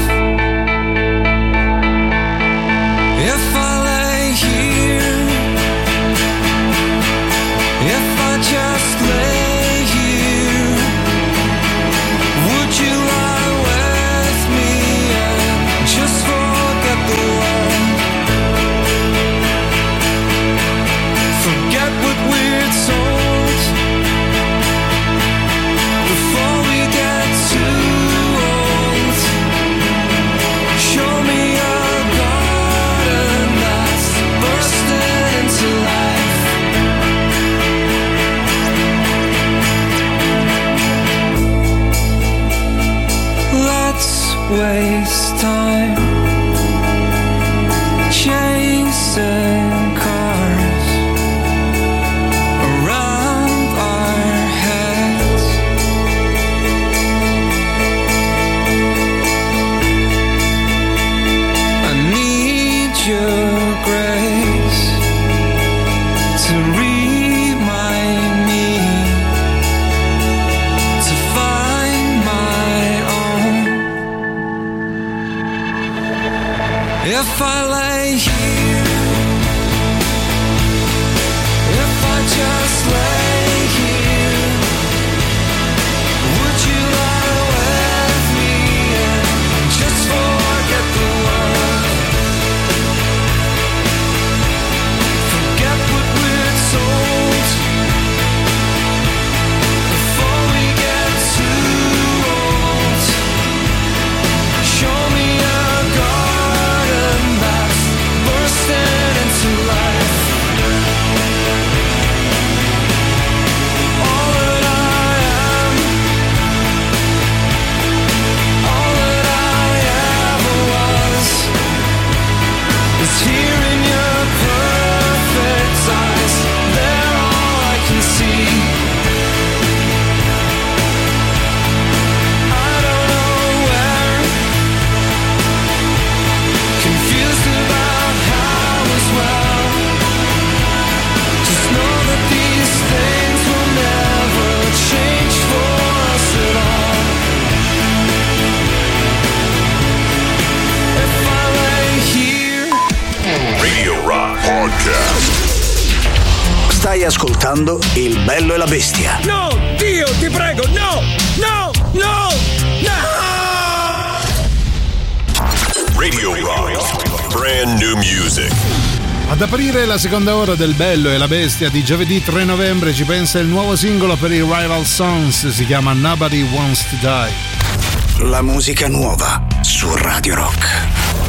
If I lay here, if I just lay here, would you lie with me and just forget the world? Forget what we're told before we get too old. Show me a garden that's bursting into life. Let's waste time chasing cars around our heads. I need your grace to remind me to find my own. If I lay here, if I just lay here, would you lie with me and just forget the world? Forget what we're told before we get too old. Show me a garden that's bursting into life. All that I am, all that I ever was, is here in your perfect eyes. They're all I can see. I don't know where, confused about how as well. Just know that these things will never change for us at all. If I lay here, Radio Rock Podcast. Stai ascoltando Il Bello e la Bestia. No, Dio, ti prego, no, no, no, no! Radio Rock. Brand new music. Ad aprire la seconda ora del Bello e la Bestia di giovedì 3 novembre ci pensa il nuovo singolo per i Rival Sons, si chiama Nobody Wants to Die. La musica nuova su Radio Rock.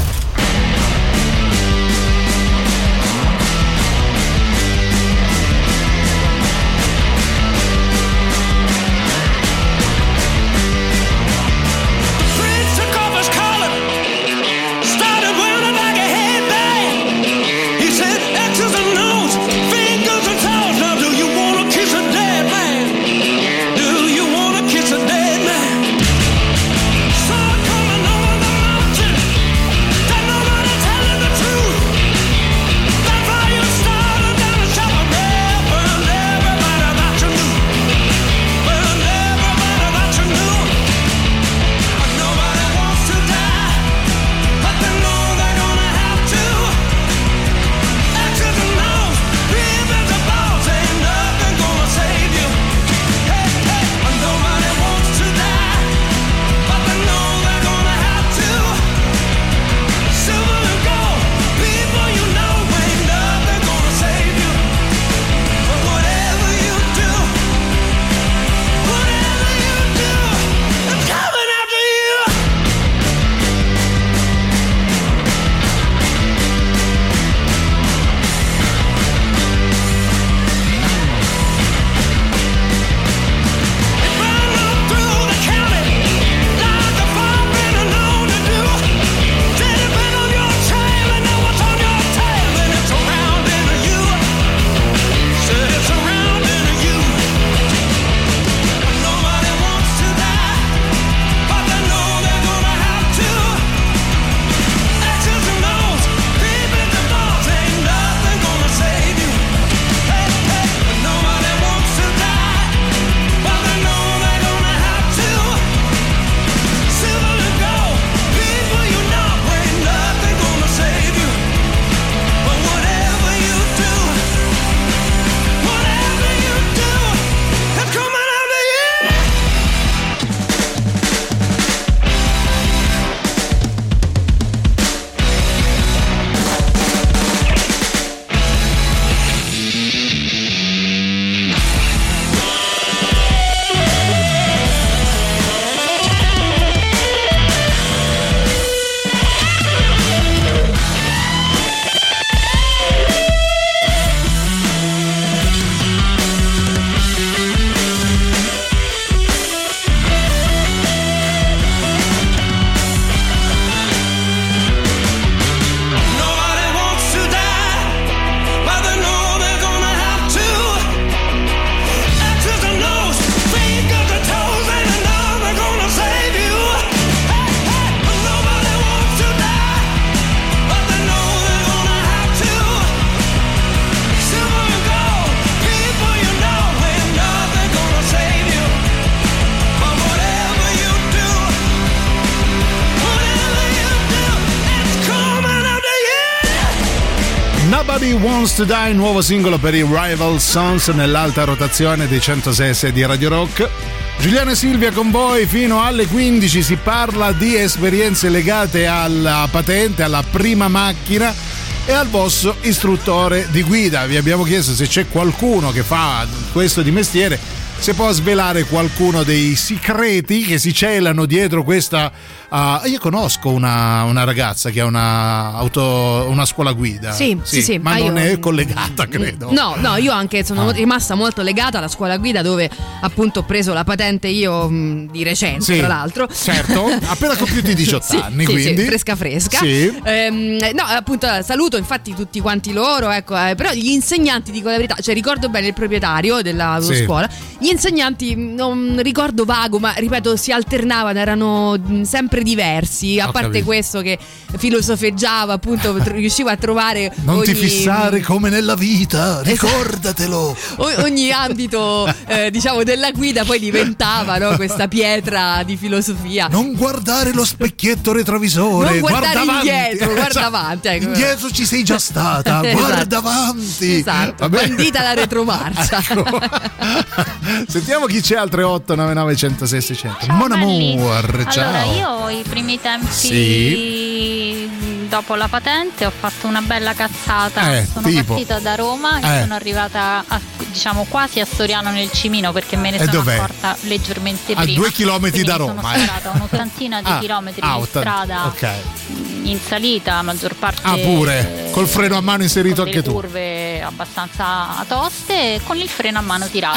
Prince took off his collar, started wearing like a headband. He said X's and O's, fingers and toes. Now do you wanna kiss a dead man? Do you wanna kiss a dead man? Nobody Wants to Die, nuovo singolo per i Rival Sons nell'alta rotazione dei 106 di Radio Rock. Giuliano e Silvia con voi fino alle 15, si parla di esperienze legate alla patente, alla prima macchina e al vostro istruttore di guida. Vi abbiamo chiesto se c'è qualcuno che fa questo di mestiere, se può svelare qualcuno dei segreti che si celano dietro questa. Io conosco una ragazza che ha una scuola guida. Sì, ma non è collegata, credo. No, io anche sono rimasta molto legata alla scuola guida, dove appunto ho preso la patente io di recente, tra l'altro. Certo, appena compiuti 18 anni, quindi. Fresca. Sì. No, appunto saluto infatti tutti quanti loro, ecco, però gli insegnanti, dico la verità, cioè ricordo bene il proprietario della scuola. Gli insegnanti non ricordo vago, ma ripeto, si alternavano, erano sempre diversi, a parte questo che filosofeggiava, appunto riusciva a trovare non ti fissare come nella vita, ricordatelo. Ogni ambito diciamo della guida poi diventava, no, questa pietra di filosofia. Non guardare lo specchietto retrovisore, non guardare guarda indietro, guarda avanti, ecco. Indietro ci sei già stata, guarda avanti. Esatto, bandita la retromarcia. Ecco. Sentiamo chi c'è al 3899 106 600. Mon amour, ciao. Allora, io i primi tempi dopo la patente ho fatto una bella cazzata. Sono partita da Roma e sono arrivata diciamo quasi a Soriano nel Cimino, perché me ne sono accorta leggermente prima. A 2 chilometri da Roma. Sono stata un'ottantina di chilometri di strada in salita, la maggior parte pure col freno a mano inserito anche tu. Curve abbastanza toste e con il freno a mano tirato.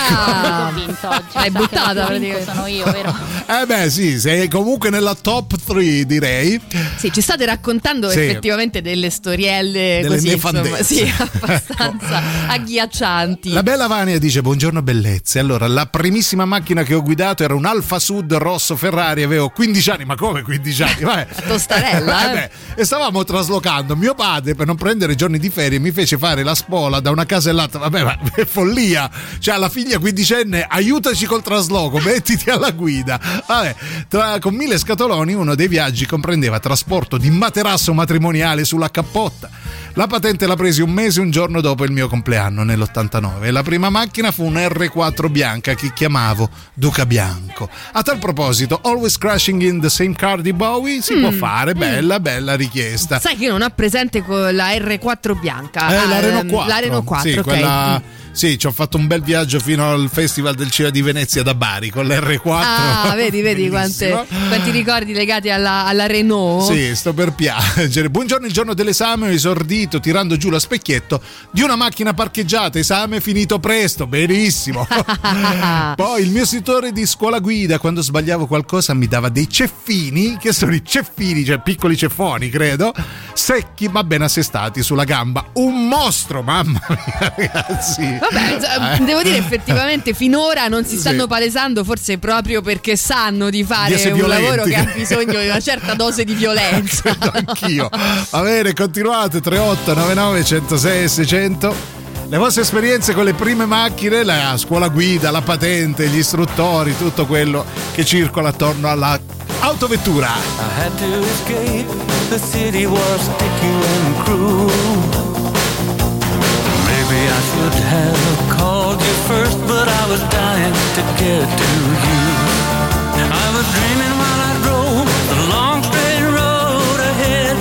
Ho vinto oggi. L'hai buttata praticamente. Sono io, vero? Sì, sei comunque nella top 3, direi. Sì, ci state raccontando effettivamente delle storielle delle così, nefandezze. insomma, abbastanza agghiaccianti. La bella Vania dice: buongiorno bellezze. Allora, la primissima macchina che ho guidato era un Alfa Sud rosso Ferrari, avevo 15 anni, ma come 15 anni? Vabbè. Tostarella. E stavamo traslocando. Mio padre, per non prendere giorni di ferie, mi fece fare la spola da una casa all'altra. Vabbè, ma è follia. Cioè, alla figlia quindicenne, aiutaci col trasloco, mettiti alla guida. Vabbè, con 1000 scatoloni, uno dei viaggi comprendeva trasporto di materasso matrimoniale sulla cappotta. La patente la presi un mese, un giorno dopo il mio compleanno, nell'89. La prima macchina fu un R4 bianca che chiamavo Duca Bianco. A tal proposito, Always Crashing in the Same Car di Bowie si può fare, bella richiesta. Sai che non ha presente con la R4 bianca? La Renault 4. La Renault 4, sì, quella. Sì, ci ho fatto un bel viaggio fino al Festival del Cinema di Venezia da Bari con l'R4. Vedi quanti ricordi legati alla Renault. Sì, sto per piangere. Buongiorno, il giorno dell'esame ho esordito tirando giù lo specchietto di una macchina parcheggiata. Esame finito presto, benissimo. Poi il mio istruttore di scuola guida, quando sbagliavo qualcosa, mi dava dei ceffini, che sono i ceffini, cioè piccoli ceffoni, credo, secchi ma ben assestati sulla gamba. Un mostro, mamma mia, ragazzi. Vabbè, devo dire effettivamente finora non si stanno palesando, forse proprio perché sanno di fare un lavoro che ha bisogno di una certa dose di violenza. Credo anch'io. Va bene, continuate 3899 106 600. Le vostre esperienze con le prime macchine, la scuola guida, la patente, gli istruttori, tutto quello che circola attorno alla autovettura. I had to escape, the city was sticky and cruel. Maybe I should have called you first, but I was dying to get to you. I was dreaming while I drove the long straight road ahead.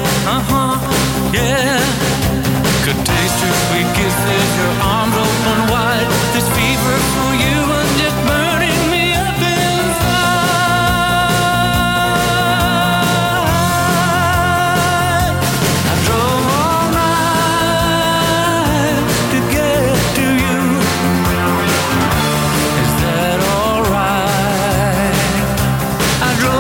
Yeah. Could taste your sweet kisses, your arms open wide. This fever for you was just burning me up inside. I drove all night to get to you. Is that alright? I drove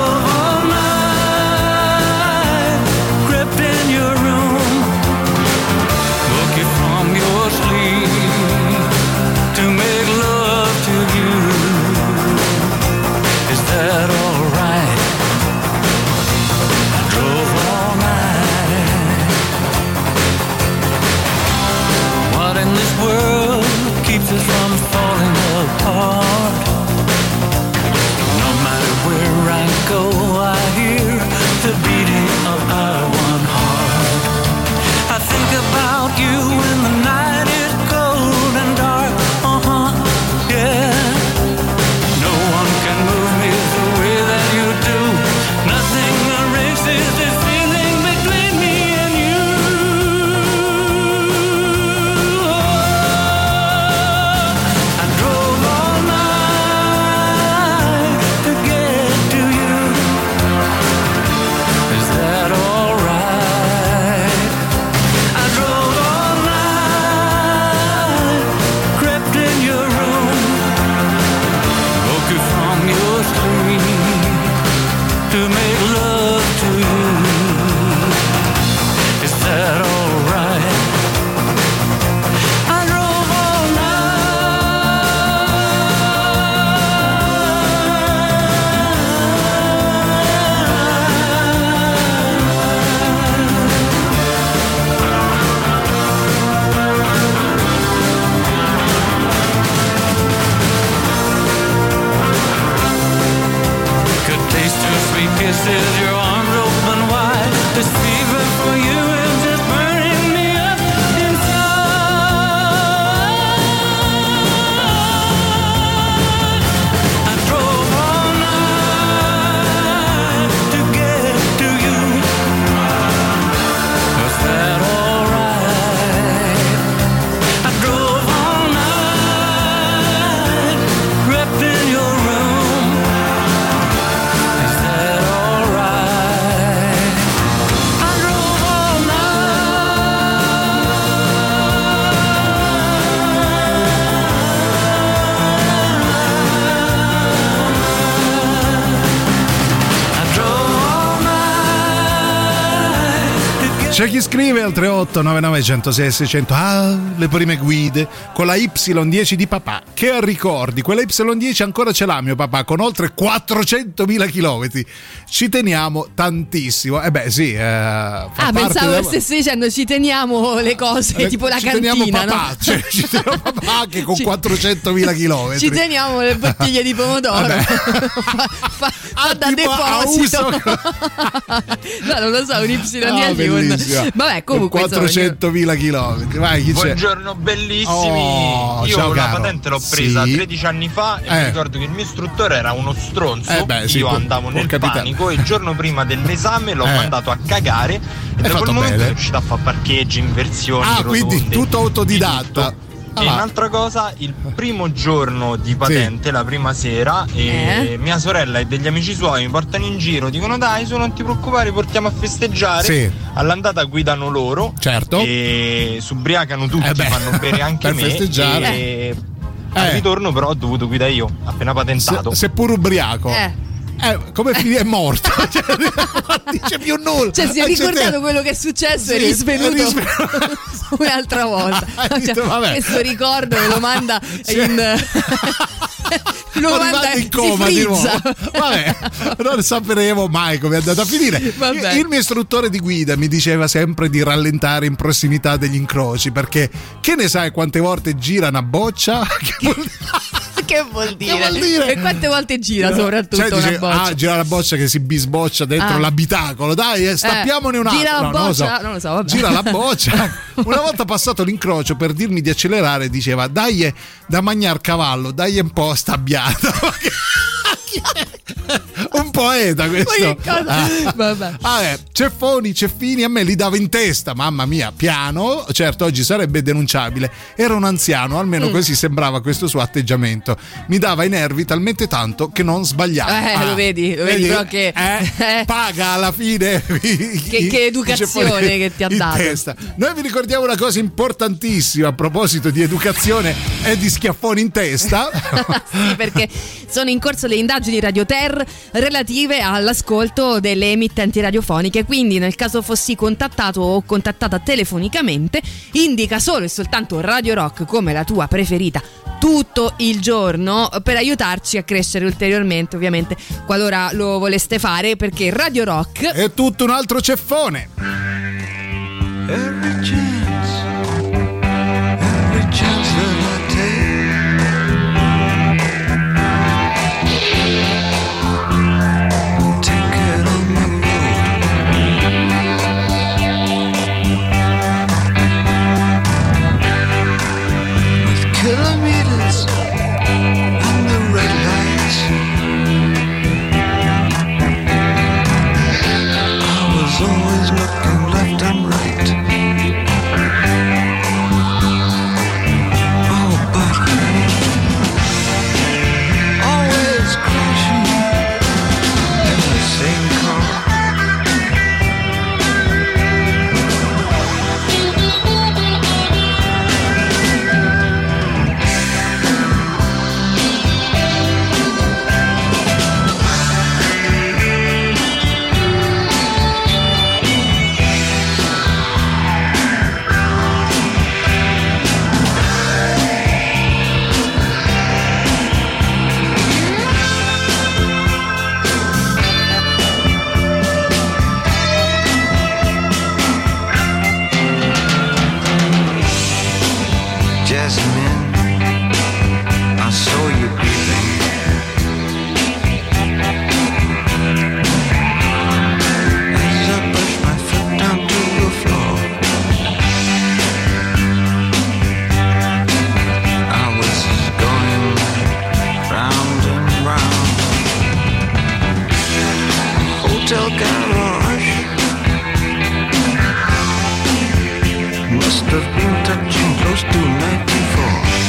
C'è chi scrive al 38 99 106 600: le prime guide con la Y10 di papà. Che ricordi? Quella Y10 ancora ce l'ha mio papà, con oltre 400.000 chilometri. Ci teniamo tantissimo. Sì. Pensavo stessi dicendo ci teniamo le cose, tipo la ci cantina. Teniamo papà, no? ci teniamo papà anche con 400.000 chilometri. Ci teniamo le bottiglie di pomodoro. fa da deposito. No, non lo so, un Y10 vabbè, comunque 400.000 chilometri. Vai, chi Buongiorno c'è? bellissimi. Io ciao, la caro. patente l'ho presa 13 anni fa e mi ricordo che il mio istruttore era uno stronzo. Io andavo nel panico e il giorno prima dell'esame l'ho mandato a cagare e da quel momento sono riuscito a fare parcheggi, inversioni, rotonde, quindi tutto autodidatta. E un'altra cosa, il primo giorno di patente, la prima sera, mia sorella e degli amici suoi mi portano in giro, dicono dai su, non ti preoccupare, portiamo a festeggiare. All'andata guidano loro, certo, e s'ubriacano tutti, fanno bere anche per me festeggiare. E al ritorno però ho dovuto guidare io, appena patentato. Seppur ubriaco. Come è morto, non dice più nulla. Cioè, si è ricordato quello che è successo e è risvenuto un'altra volta. Questo ricordo me lo manda lo manda in coma di nuovo. Vabbè, non sapremo mai come è andata a finire. Il mio istruttore di guida mi diceva sempre di rallentare in prossimità degli incroci, perché che ne sai quante volte gira una boccia? Che vuol dire? E quante volte gira soprattutto una boccia? Gira la boccia che si bisboccia dentro l'abitacolo. Dai, stappiamone un'altra. Gira la boccia? Non lo so, vabbè. Gira la boccia. Una volta passato l'incrocio, per dirmi di accelerare, diceva dai da magnar cavallo, dai un po' stabbiato. Un poeta questo. Vabbè, ceffoni, ceffini, a me li dava in testa, mamma mia, piano. Certo, oggi sarebbe denunciabile. Era un anziano, almeno così sembrava questo suo atteggiamento. Mi dava i nervi talmente tanto che non sbagliava. Lo vedi però che paga alla fine. Che educazione che ti ha dato. Testa. Noi vi ricordiamo una cosa importantissima a proposito di educazione e di schiaffoni in testa. Sì, perché sono in corso le indagini Radio Ter relative all'ascolto delle emittenti radiofoniche, quindi nel caso fossi contattato o contattata telefonicamente, indica solo e soltanto Radio Rock come la tua preferita tutto il giorno, per aiutarci a crescere ulteriormente, ovviamente, qualora lo voleste fare, perché Radio Rock è tutto un altro ceffone. Every chance that I take, kilometers and the red lights, I was always looking left and right. Oh, but always crashing in the same car. Jasmine, I saw you breathing. As I pushed my foot down to the floor, I was going round and round. Hotel garage must have been touching close to 94.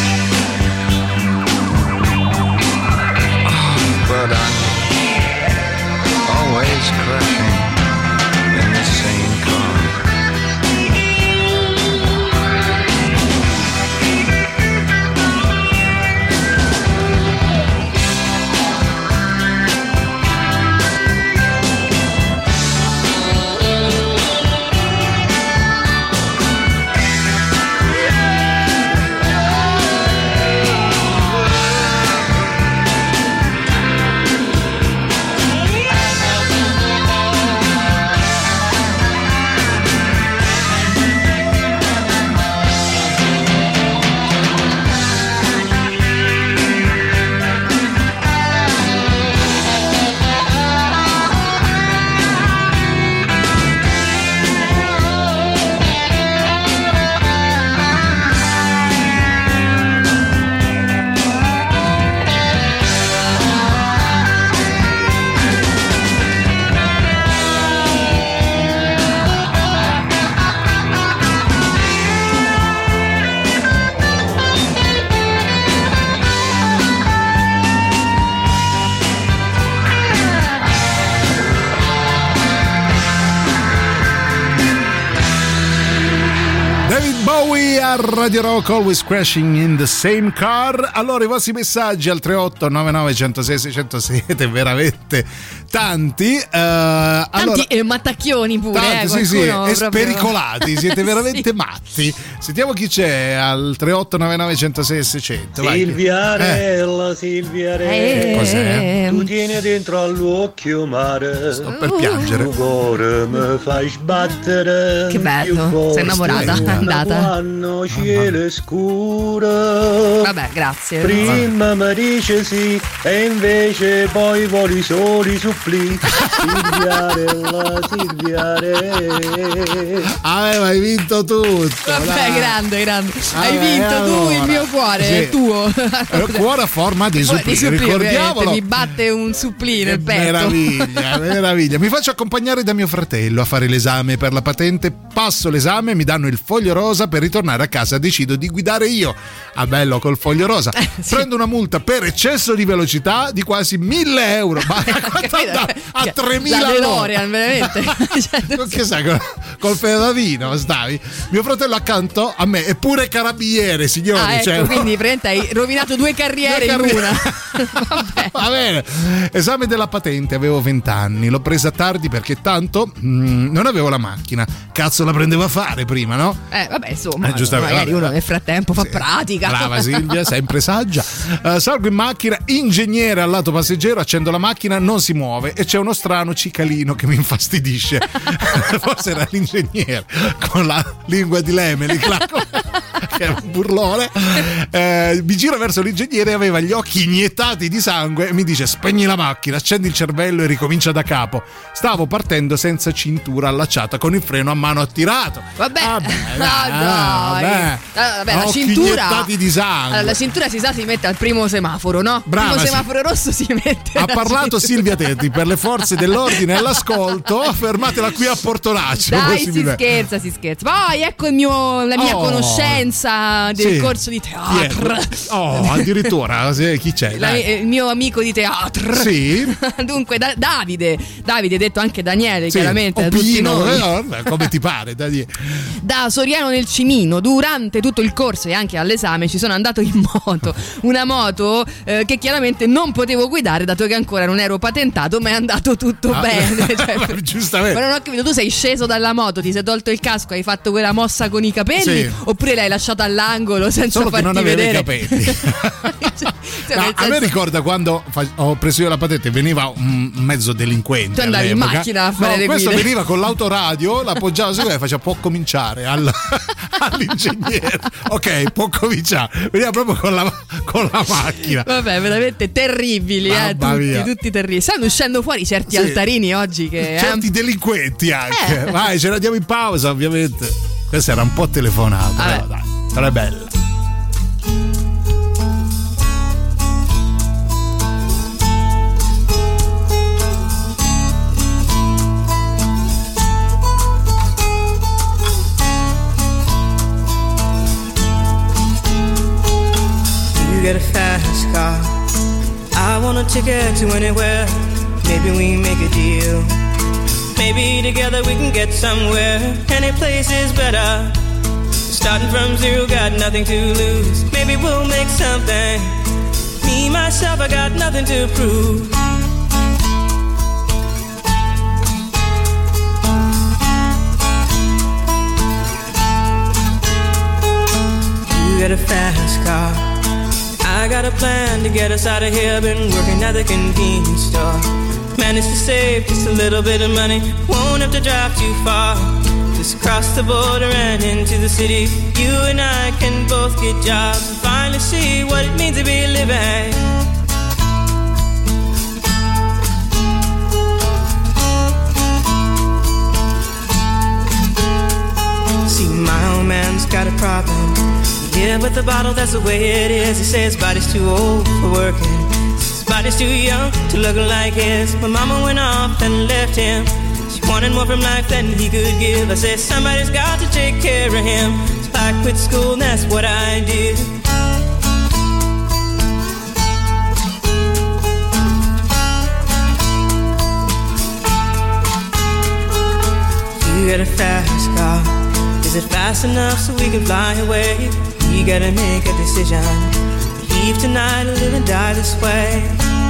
Oh, but I'm always crashing in the same car. qui a Radio Rock, Always Crashing in the Same Car. Allora, i vostri messaggi al 38 99 106 600 siete veramente tanti. Tanti e mattacchioni pure. Tanti, sì, e spericolati, siete veramente matti. Sentiamo chi c'è al 38 99 106 600. Silviarella, Silviarella, cos'è? Tu tieni dentro all'occhio mare. Sto per piangere. Tu cuore mi fai sbattere. Che bello, sei innamorata, è andata. Quando cielo scuro. Vabbè, grazie. Prima mi dice sì e invece poi voli soli suppli. Silviarella, Silviarella. Hai vinto tutto. Vabbè, dai. grande. Hai vinto tu, il mio cuore, sì. è tuo. Cuore a forma di supplì, ricordiamolo. Mi batte un supplì nel petto. Meraviglia. Mi faccio accompagnare da mio fratello a fare l'esame per la patente, passo l'esame, mi danno il foglio rosa, per ritornare a casa decido di guidare io. Ah, bello, col foglio rosa. Sì. Prendo una multa per eccesso di velocità di quasi 1.000 euro. Ma a 3.000 all'ora, veramente. Che sai, col pedalino stavi. Mio fratello accanto a me è pure carabiniere, signori. Ecco, quindi hai rovinato due carriere in una. Va bene. Esame della patente, avevo 20 anni, l'ho presa tardi perché tanto non avevo la macchina. Cazzo, la prendevo a fare prima, no? Vabbè, insomma, giustamente, magari uno nel frattempo fa pratica. Brava Silvia, sempre saggia. Salgo in macchina, ingegnere al lato passeggero, accendo la macchina, non si muove e c'è uno strano cicalino che mi infastidisce. Forse era l'ingegnere con la lingua di Lemeli, che è un burlone. Mi giro verso l'ingegnere, aveva gli occhi iniettati di sangue e mi dice: spegni la macchina, accendi il cervello e ricomincia da capo. Stavo partendo senza cintura allacciata, con il freno a mano attirato. Vabbè, la cintura di sangue. Allora, la cintura si sa si mette al primo semaforo, no? Brava, primo semaforo rosso si mette. Ha parlato Silvia Tetti per le forze dell'ordine all'ascolto. Fermatela qui a Portonaccio. Dai, si scherza. Poi ecco la mia conoscenza del corso di teatro. Addirittura chi c'è? Il mio amico di teatro. Sì. Dunque, Davide, detto anche Daniele, chiaramente. Pino, come ti pare? Da Soriano nel Cimino, durante tutto il corso e anche all'esame ci sono andato in moto. Una moto che chiaramente non potevo guidare dato che ancora non ero patentato, ma è andato tutto bene. Giustamente. Ma non ho capito, tu sei sceso dalla moto, ti sei tolto il casco, hai fatto quella mossa con i capelli oppure l'hai lasciato all'angolo senza solo farti che non vedere? I capelli. A me ricorda quando ho preso io la patente, veniva un mezzo delinquente. Tu andavi all'epoca. in macchina a fare le guide. Questo veniva con l'autoradio, l'appoggiava su e faceva: può cominciare all'ingegnere. Ok, può cominciare. Veniva proprio con la macchina. Vabbè, veramente terribili, tutti terribili. Stanno uscendo fuori certi altarini oggi che certi delinquenti anche. Vai, ce la diamo in pausa, ovviamente. Questa era un po' telefonata, però dai, però è bella. You get a fast car, I want a ticket to anywhere. Maybe we make a deal. Maybe together we can get somewhere. Any place is better. Starting from zero, got nothing to lose. Maybe we'll make something. Me, myself, I got nothing to prove. You get a fast car, I got a plan to get us out of here. Been working at the convenience store. Managed to save just a little bit of money. Won't have to drive too far. Just cross the border and into the city. You and I can both get jobs and finally see what it means to be living. See, my old man's got a problem. Yeah, but the bottle, that's the way it is. He says his body's too old for working. His body's too young to look like his. My mama went off and left him. She wanted more from life than he could give. I said, somebody's got to take care of him. So I quit school and that's what I did. You get a fast car. Is it fast enough so we can fly away? We gotta make a decision. Leave tonight or live and die this way.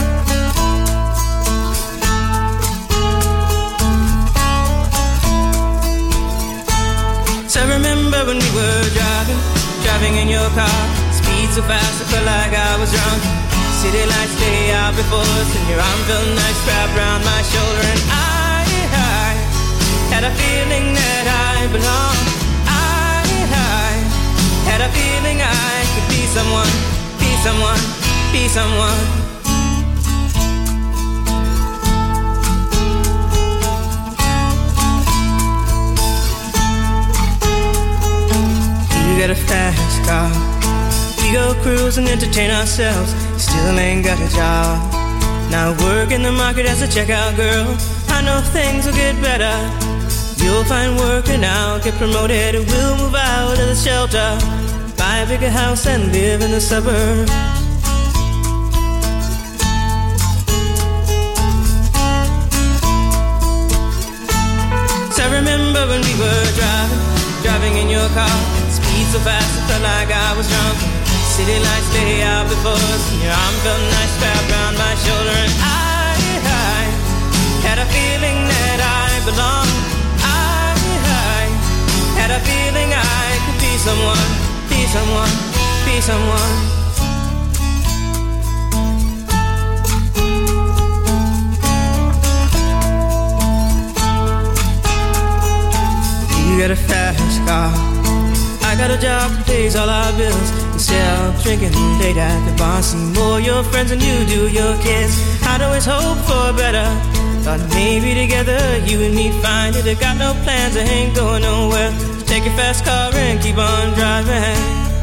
So I remember when we were driving in your car. Speed so fast I felt like I was drunk. City lights lay out before us, and your arm felt nice wrapped around my shoulder. And I had a feeling that I belonged. I had a feeling I could be someone, be someone, be someone. You got a fast car. We go cruise and entertain ourselves. Still ain't got a job. Now work in the market as a checkout girl. I know things will get better. You'll find work and I'll get promoted. We'll move out of the shelter, buy a bigger house and live in the suburbs. So I remember when we were driving in your car. Speed so fast I felt like I was drunk. City lights lay out before us, and your arm felt nice wrapped around my shoulder. And I had a feeling that I belonged. I had a feeling I could be someone, be someone, be someone. You got a fast car. I got a job that pays all our bills. Instead of drinking late at the bar, see more your friends than you do your kids. I'd always hope for better. Thought maybe together you and me find it. I got no plans, I ain't going nowhere. So take your fast car and keep on driving.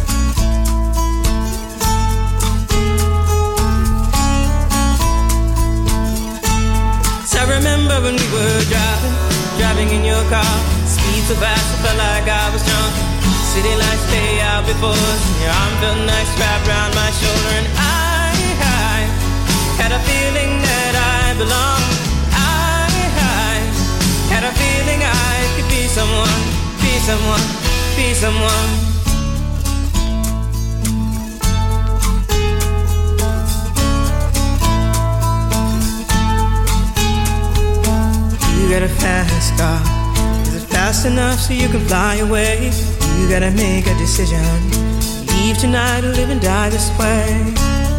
So I remember when we were driving in your car. Speed so fast I felt like I was drunk. City lights stay out before us, and your arm felt nice wrapped around my shoulder. And I had a feeling that I belonged. I had a feeling I could be someone, be someone, be someone. You got a fast car. Is it fast enough so you can fly away? You gotta make a decision. Leave tonight or live and die this way.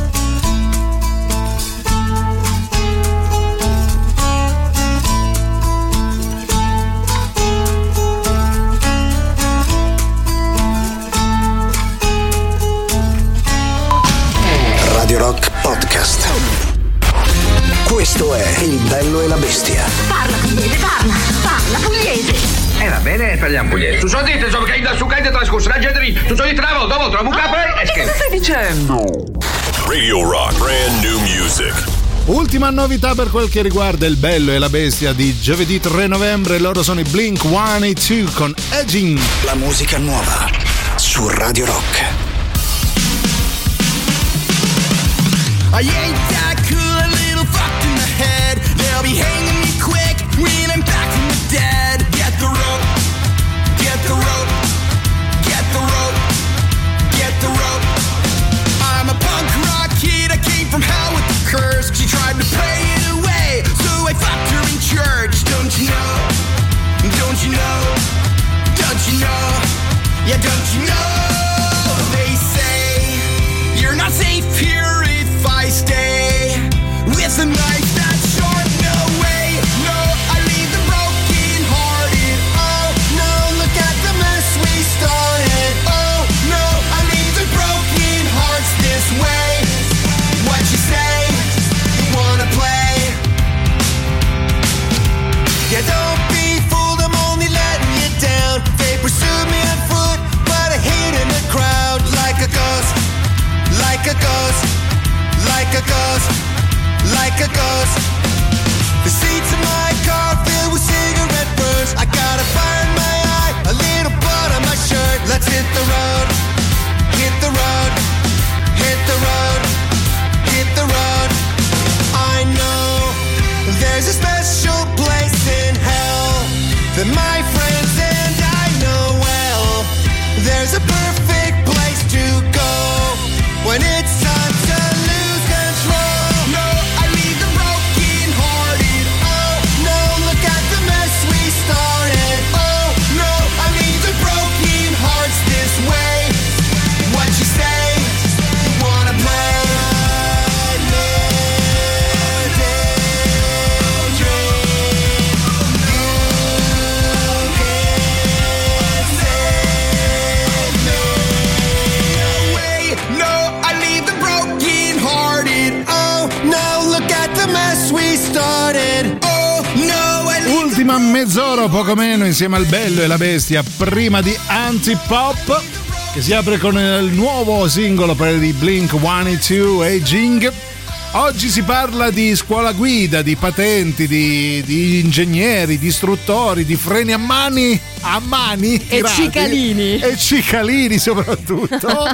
Radio Rock Podcast. Questo è Il Bello e la Bestia. Parla pugliese, parla pugliese. Va bene, parliamo pugliese. Tu so dite, insomma, che da su che trascorso la gente lì. Tu so di travo, dopo trovo un capo e che stai dicendo? Radio Rock, brand new music. Ultima novità per quel che riguarda Il Bello e la Bestia di giovedì 3 novembre. Loro sono i Blink-182 con Edging. La musica nuova su Radio Rock. I ain't that cool, a little fucked in the head. They'll be hanging me quick when I'm back from the dead. Get the rope, get the rope, get the rope, get the rope. I'm a punk rock kid, I came from hell with the curse. She tried to pay it away, so I fucked her in church. Don't you know, don't you know, don't you know, yeah, don't you know. They say you're not safe here if I stay with a knife that's sharp, no way. Where's a perfect place to go when it's time to lose control? No, I leave the broken hearted. Oh no, look at the mess we started. Oh no, I leave the broken hearts this way. What you say? You wanna play? Ultima mezz'ora o poco meno insieme al Bello e la Bestia, prima di Antipop, che si apre con il nuovo singolo per i Blink-182, Aging. Oggi si parla di scuola guida, di patenti, di ingegneri, di istruttori, di freni a mani e cicalini. E cicalini soprattutto.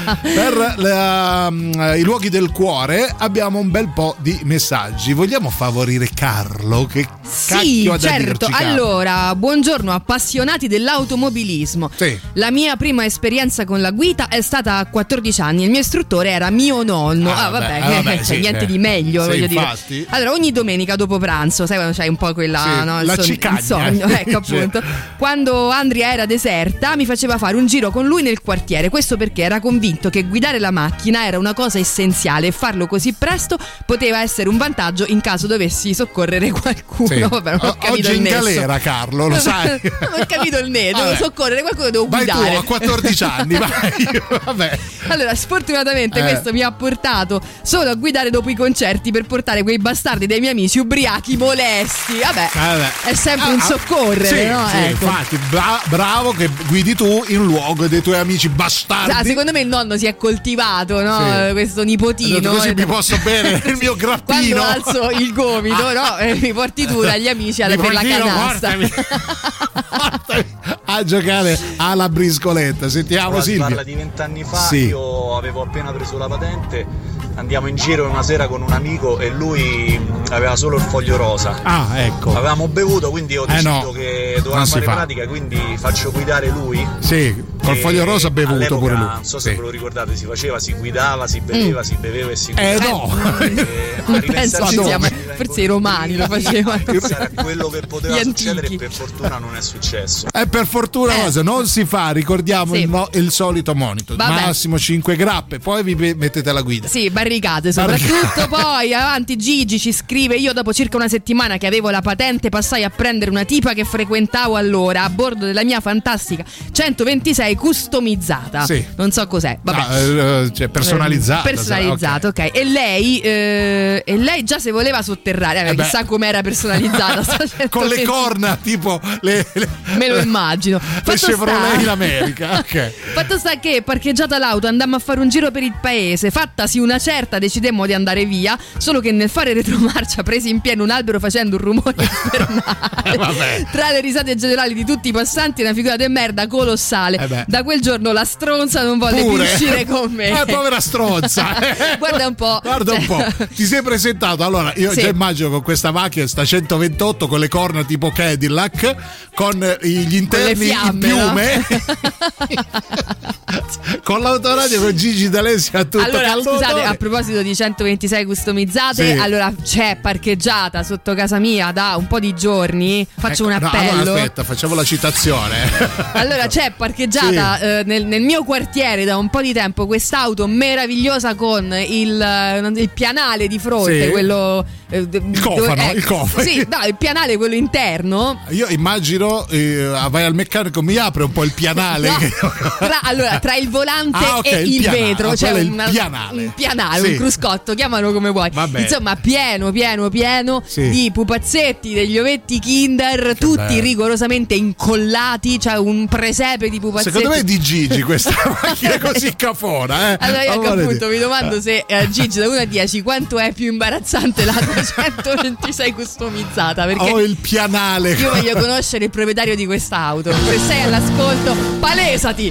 Per i luoghi del cuore abbiamo un bel po' di messaggi. Vogliamo favorire Carlo? Che cacchio ha da certo. dirci, Carlo? Allora, buongiorno appassionati dell'automobilismo. Sì. La mia prima esperienza con la guida è stata a 14 anni. Il mio istruttore era mio nonno. Vabbè, c'è sì, niente di meglio, sì, voglio infatti. dire. Allora, ogni domenica dopo pranzo, sai quando c'hai un po' quella, sì, no, la cicagna. il sogno, ecco appunto. Quando Andria era deserta, mi faceva fare un giro con lui nel quartiere. Questo perché era convinto che guidare la macchina era una cosa essenziale e farlo così presto poteva essere un vantaggio in caso dovessi soccorrere qualcuno. Sì. Vabbè, non ho capito oggi il in nesso. galera, Carlo, lo sai. Non ho capito il nesso. Devo soccorrere qualcuno, devo vai guidare. Tu a 14 anni, vai. Vabbè. Allora, sfortunatamente questo mi ha portato solo a guidare dopo i concerti per portare quei bastardi dei miei amici ubriachi molesti. Vabbè. È sempre un soccorrere, sì, no? Sì, ecco. Infatti, bravo che guidi tu in luogo dei tuoi amici bastardi. Secondo me il nonno si è coltivato, no? Sì. Questo nipotino. Così mi posso bere il mio grappino. Quando alzo il gomito, no? Mi porti tu dagli amici per la canasta. Portami a giocare alla briscoletta. Sentiamo Silvio. Parla di 20 anni fa, io avevo appena preso la patente, andiamo in giro una sera con un amico e lui aveva solo il foglio rosa. Ah, ecco. Avevamo bevuto, quindi ho deciso che doveva fare pratica, quindi faccio guidare lui. Sì, col foglio rosa ha bevuto pure lui. Non so se ve lo ricordate, si guidava, si beveva e si guidava. No. Forse i romani lo facevano. Pensare a quello che poteva succedere e per fortuna non è successo. Per fortuna cosa non si fa, ricordiamo il solito monito. Massimo 5 grappe, poi vi mettete alla guida. Sì, barricate soprattutto. Poi avanti Gigi ci scrive: io dopo circa una settimana che avevo la patente passai a prendere una tipa che frequentavo allora a bordo della mia fantastica 126 customizzata. Sì. Non so cos'è, vabbè. Cioè personalizzata. Personalizzata, ok. E lei già se voleva sotterrare, chissà com'era personalizzata. Con le corna tipo me lo immagino. Le Chevrolet in America. Ok. Fatto sta che parcheggiata l'auto andammo a fare un giro per il paese. Fattasi una certa decidemmo di andare via, solo che nel fare retromarcia presi in pieno un albero facendo un rumore infernale. Tra le risate generali di tutti i passanti una figura di merda colossale. Da quel giorno la stronza non volle più uscire con me. Povera stronza. Guarda un po'. Ti sei presentato. Allora io già immagino con questa macchina, sta 128 con le corna tipo Cadillac, con gli interni in piume, con l'autoradio con Gigi D'Alessio a tutto. Allora scusate, a proposito di 126 customizzate, allora c'è parcheggiata sotto casa mia da un po' di giorni. Faccio un appello. Allora aspetta, facciamo la citazione. Allora c'è parcheggiata nel mio quartiere da un po' di tempo quest'auto meravigliosa con il pianale di fronte, quello il cofano, il cofano. Sì, no, il pianale quello interno. Io immagino vai al meccanico, mi apre un po' il pianale. No, tra il volante e il vetro c'è un pianale, un cruscotto, chiamalo come vuoi. Vabbè. Insomma, pieno di pupazzetti, degli ovetti Kinder, tutti rigorosamente incollati. C'è un presepe di pupazzetti. Secondo me è di Gigi questa macchina così cafona. Allora io appunto mi domando se Gigi da 1 a 10 quanto è più imbarazzante la 126 customizzata, perché il pianale. Io voglio conoscere il proprietario di quest'auto. Se sei all'ascolto, palesati.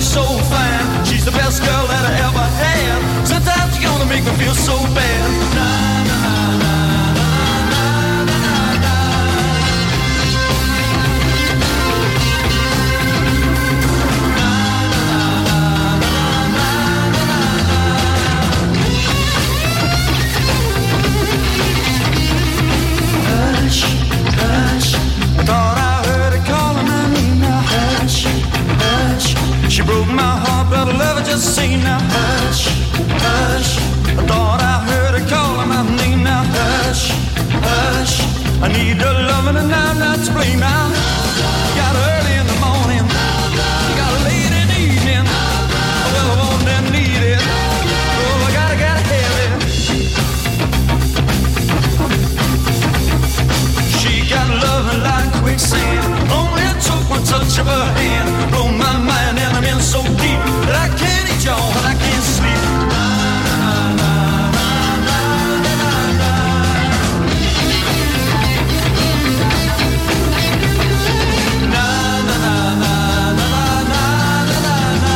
looks so fine. She's the best girl that I ever had. Sometimes you're gonna make me feel so bad. Na, na, na, na. I thought I heard her calling my name now. Hush, hush. She broke my heart, but I love her just the same now. Hush, hush. I thought I heard her calling my name now. Hush, hush. I need her loving and I'm not to blame now. You got her early in the morning, you got her late in the evening. Well, I want and need it. Oh, I gotta have it. She got loving like quicksand. Only it took one touch of her hand. Blow my mind and I'm in so deep that I can't eat y'all and I can't sleep. Na, na, na, na, na, na, na. Na, na, na, na, na, na, na, na, na.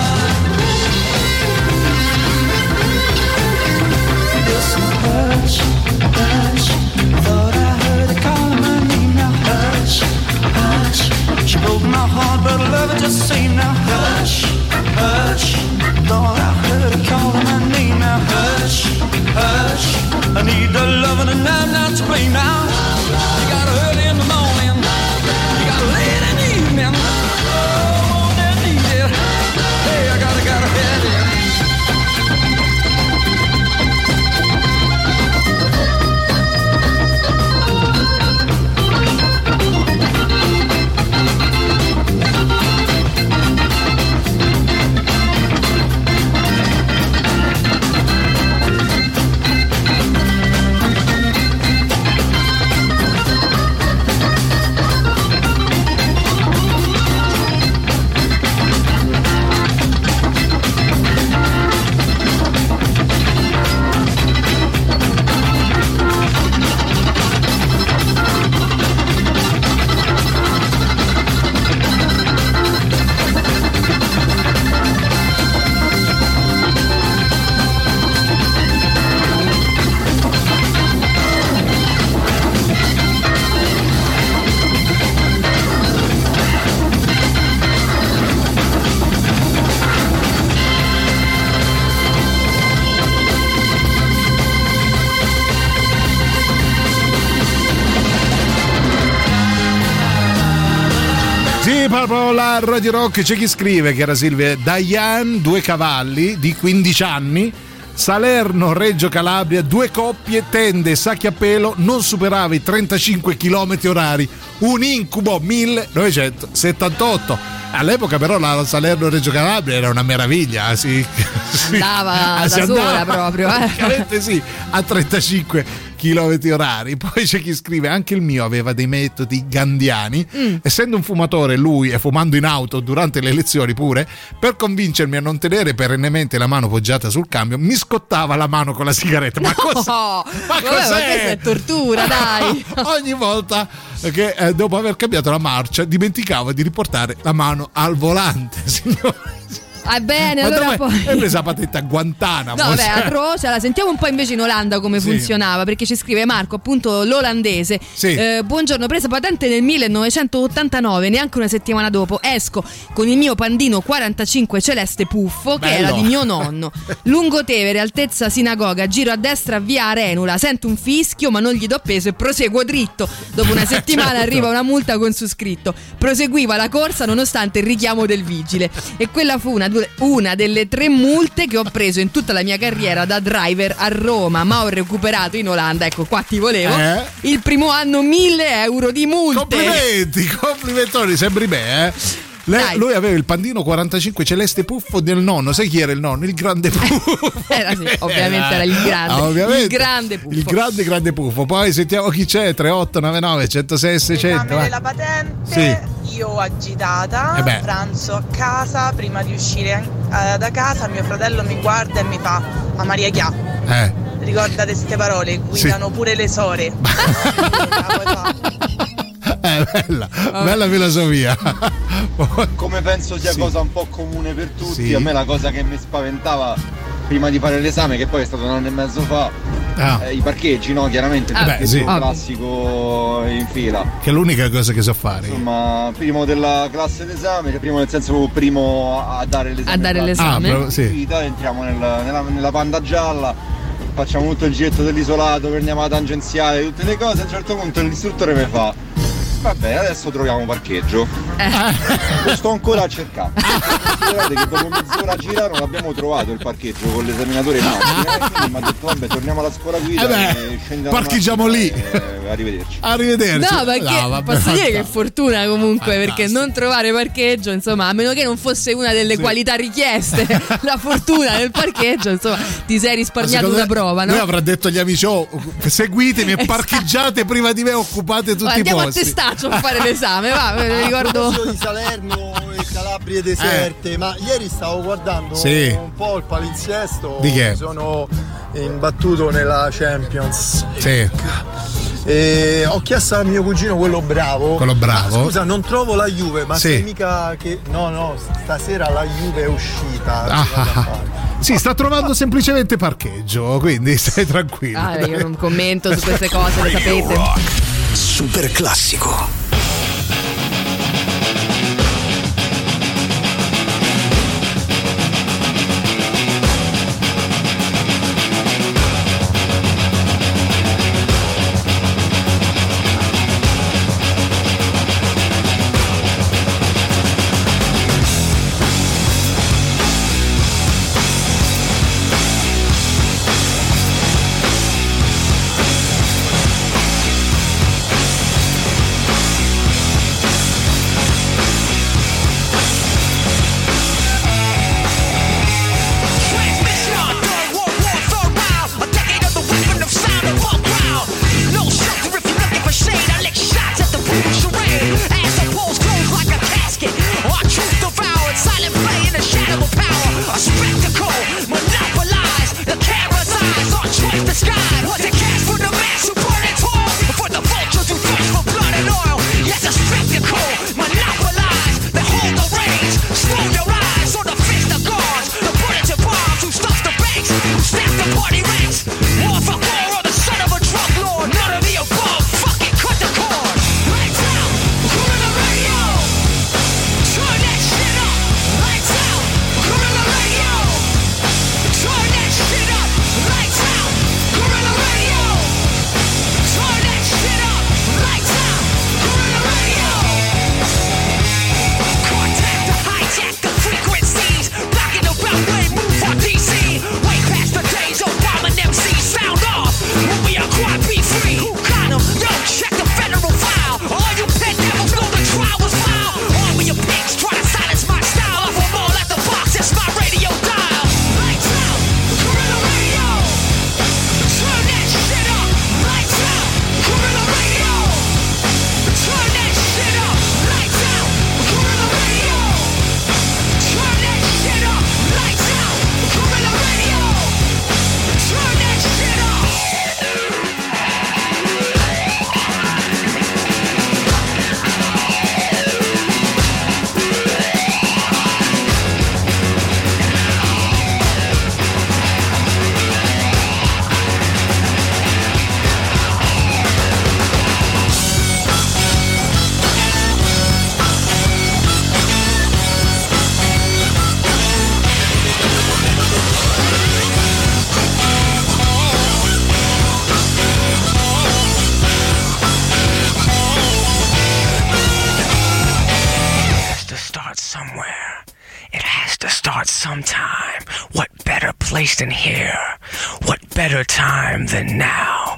Listen, hush, hush. Thought I heard her calling my name now. Hush, hush. She broke my heart, but I love her just the same now. Hush, hush. Thought I heard her calling my name now. Hush, hush. I need her loving and I'm not to blame now. You got her early in the morning, you got her late in the evening. Oh, that need it. Hey, I gotta have it. Proprio la Radio Rock. C'è chi scrive, cara Silvia, Diane, 2 cavalli di 15 anni, Salerno, Reggio Calabria, 2 coppie, tende, sacchi a pelo, non superava i 35 km orari, un incubo, 1978. All'epoca però la Salerno-Reggio Calabria era una meraviglia, andava da sola proprio. Praticamente sì, a 35 km orari. Poi c'è chi scrive, anche il mio aveva dei metodi gandiani, essendo un fumatore lui e fumando in auto durante le lezioni pure, per convincermi a non tenere perennemente la mano poggiata sul cambio mi scottava la mano con la sigaretta. Ma cosa? Ma cos'è? Questa è tortura, dai. Ogni volta che dopo aver cambiato la marcia dimenticavo di riportare la mano al volante, signore. Ah, bene, ma allora poi hai preso la patente a Guantanamo? No, vabbè, atroce. La sentiamo un po' invece in Olanda come funzionava, perché ci scrive Marco, appunto l'olandese. Buongiorno, presa patente nel 1989, neanche una settimana dopo esco con il mio pandino 45 celeste puffo, che era di mio nonno. Lungotevere, altezza sinagoga, giro a destra via Arenula, sento un fischio ma non gli do peso e proseguo dritto. Dopo una settimana arriva una multa con su scritto. Proseguiva la corsa nonostante il richiamo del vigile, e quella fu una delle 3 multe che ho preso in tutta la mia carriera da driver a Roma, ma ho recuperato in Olanda, ecco qua ti volevo, il primo anno 1.000 euro di multe. Complimentoni, sembri me, Lui aveva il pandino 45 celeste puffo del nonno. Sai chi era il nonno? Il grande puffo. Ovviamente era il grande. Il grande puffo. Il grande puffo. Poi sentiamo chi c'è. 3899 106 600. La patente. Io agitata, pranzo a casa, prima di uscire da casa mio fratello mi guarda e mi fa: "Ma Maria Chià, ricordate queste parole, guidano pure le sore." bella filosofia. Come penso sia cosa un po' comune per tutti, a me la cosa che mi spaventava prima di fare l'esame, che poi è stato 1 anno e mezzo fa, i parcheggi, no? Chiaramente il classico in fila. Che è l'unica cosa che so fare. Insomma, primo della classe d'esame, cioè primo nel senso primo a dare l'esame. Entriamo nella Panda gialla, facciamo tutto il giretto dell'isolato, prendiamo la tangenziale, tutte le cose. A un certo punto l'istruttore mi fa: vabbè, adesso troviamo parcheggio. Lo sto ancora a cercare. Guardate che dopo mezz'ora a girare non abbiamo trovato il parcheggio con l'esaminatore in macchina. Quindi mi ha detto: vabbè, torniamo alla scuola guida e scendiamo. Parcheggiamo lì. Arrivederci. No, perché posso dire che è fortuna comunque, perché non trovare parcheggio, insomma, a meno che non fosse una delle qualità richieste, la fortuna del parcheggio, insomma, ti sei risparmiato una prova, no? Lui avrà detto agli amici: seguitemi e parcheggiate prima di me, occupate tutti i posti. Andiamo a Testaccio a fare l'esame, va, ricordo. Di Salerno e Calabrie deserte, ma ieri stavo guardando un po' il palinsesto. Di che? Mi sono imbattuto nella Champions. Sì. E ho chiesto a mio cugino, quello bravo. Scusa, non trovo la Juve, ma sei mica che. No, stasera la Juve è uscita. Sì, sta trovando semplicemente parcheggio, quindi stai tranquillo. Io non commento su queste cose, lo sapete. Super classico. Sometime. What better place than here? What better time than now?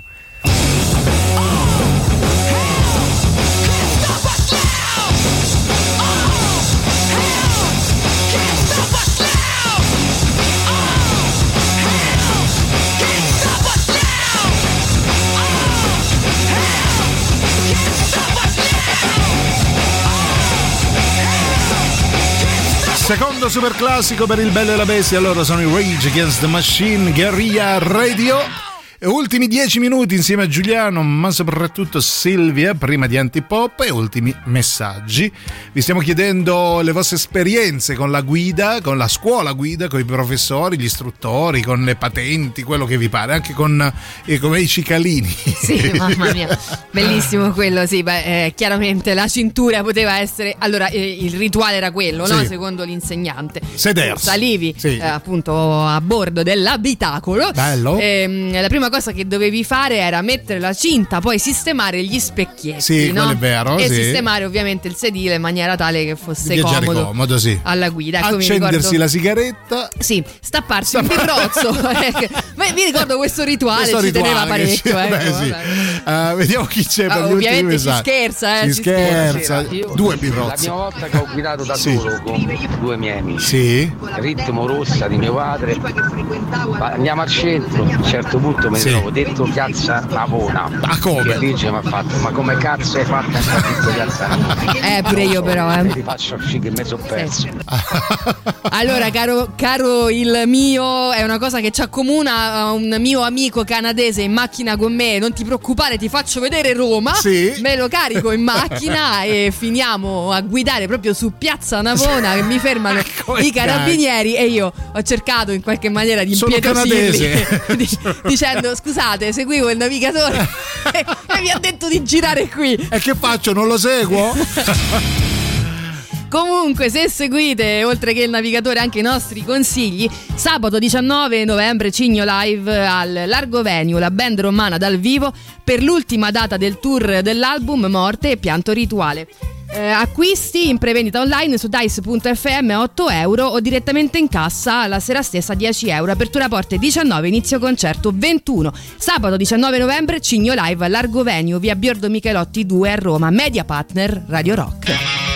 Secondo super classico per il Bello e la Bestia, loro sono i Rage Against the Machine, Guerrilla Radio. Ultimi 10 minuti insieme a Giuliano, ma soprattutto Silvia, prima di Antipop, e ultimi messaggi. Vi stiamo chiedendo le vostre esperienze con la guida, con la scuola guida, con i professori, gli istruttori, con le patenti, quello che vi pare, anche con i cicalini. Sì, mamma mia, bellissimo quello, sì. Chiaramente la cintura poteva essere, allora il rituale era quello, sì, no? Secondo l'insegnante. Sedersi. Salivi, sì, appunto a bordo dell'abitacolo. Bello. La prima cosa che dovevi fare era mettere la cinta, poi sistemare gli specchietti, sì, no? È vero, e sì, sistemare ovviamente il sedile in maniera tale che fosse comodo sì, alla guida. Ecco, accendersi la sigaretta, sì, stapparsi un birrozzo. Mi ricordo questo rituale, ci teneva parecchio. Sì. Vediamo chi c'è per gli ovviamente ultimi si messaggi. Si scherza. Due birrozzi. La prima volta che ho guidato da solo con due miei amici, sì, Ritmo Rossa di mio padre, andiamo al centro, a un certo punto mi trovo dentro Piazza Navona. Ma come? Che mi ha fatto, ma come cazzo hai fatto a stare dentro Piazza Navona? Pure io però ti faccio uscire che mi sono perso. Allora caro il mio, è una cosa che ci accomuna un mio amico canadese in macchina con me. Non ti preoccupare, ti faccio vedere Roma, sì, me lo carico in macchina e finiamo a guidare proprio su Piazza Navona, che mi fermano i carabinieri e io ho cercato in qualche maniera di impietosirli dicendo scusate, seguivo il navigatore e mi ha detto di girare qui. E che faccio, non lo seguo? Comunque, se seguite oltre che il navigatore anche i nostri consigli, sabato 19 novembre Cigno Live al Largo Venue, la band romana dal vivo per l'ultima data del tour dell'album Morte e Pianto Rituale. Acquisti in prevendita online su dice.fm a 8 euro o direttamente in cassa la sera stessa 10 euro. Apertura porte 19, inizio concerto 21. Sabato 19 novembre Cigno Live al Largo Venue, via Biordo Michelotti 2 a Roma. Media partner Radio Rock.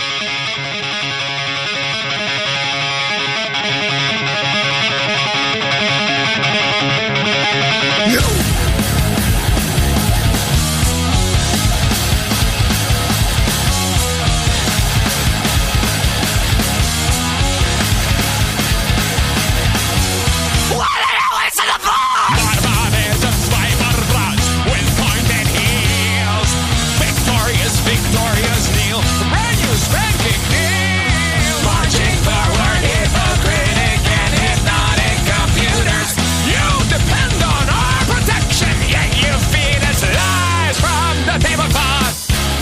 Victorious kneel, brand new spanking kneel, marching forward, hypocritic and hypnotic computers. You depend on our protection, yet you feed us lies from the tablecloth.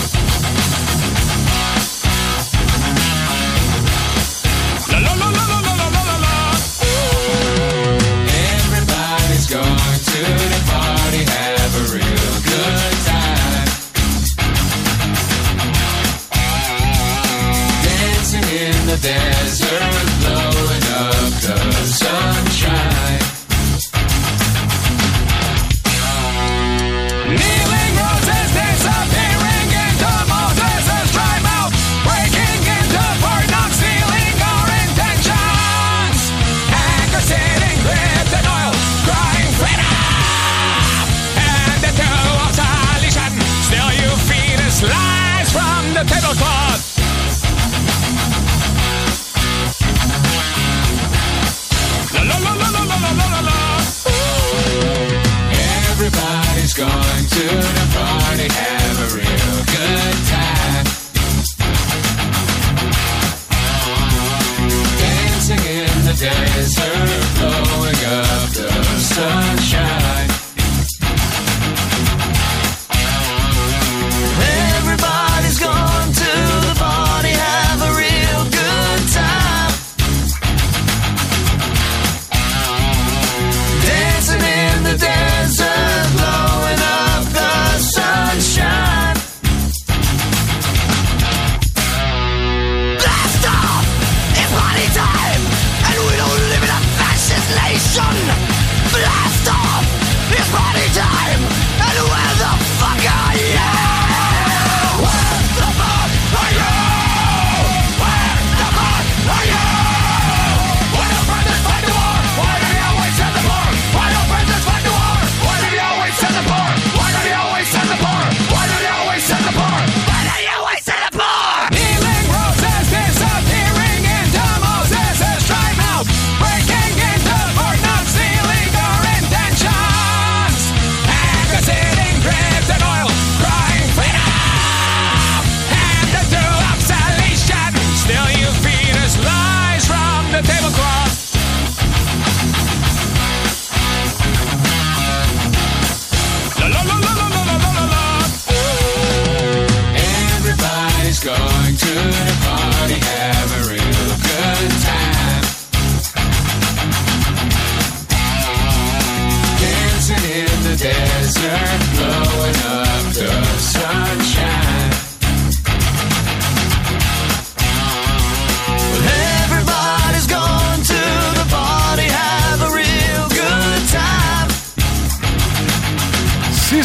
La la la la la la la la la. Everybody's going to the party, have a real good time. In the desert, blowing up the sunshine. Kneeling roses disappearing into Moses' dry mouth, breaking into Fort Knox, stealing our intentions. Anger sitting gripped in oil, crying freedom. And the two of salvation, still you feed us lies from the tablecloth. Everybody's going to the party, have a real good time. Dancing in the desert, blowing up the sunshine. Everybody's going to the party, have a real good time. Dancing in the desert, blowing up the sunshine. Blast off! It's party time! And we don't live in a fascist nation! Blast off! It's party time! And where the fuck are you? Where the fuck are you? Where the fuck are you? Why don't brothers fight the war? Why do you always send the poor? Why don't brothers fight the war? Why do you always send the poor? Why do you always send the poor? Why do you always send the poor? Why do you always send the poor? Kneeling roses disappearing into Moses' dry mouth, breaking into Fort Knox, stealing our intentions.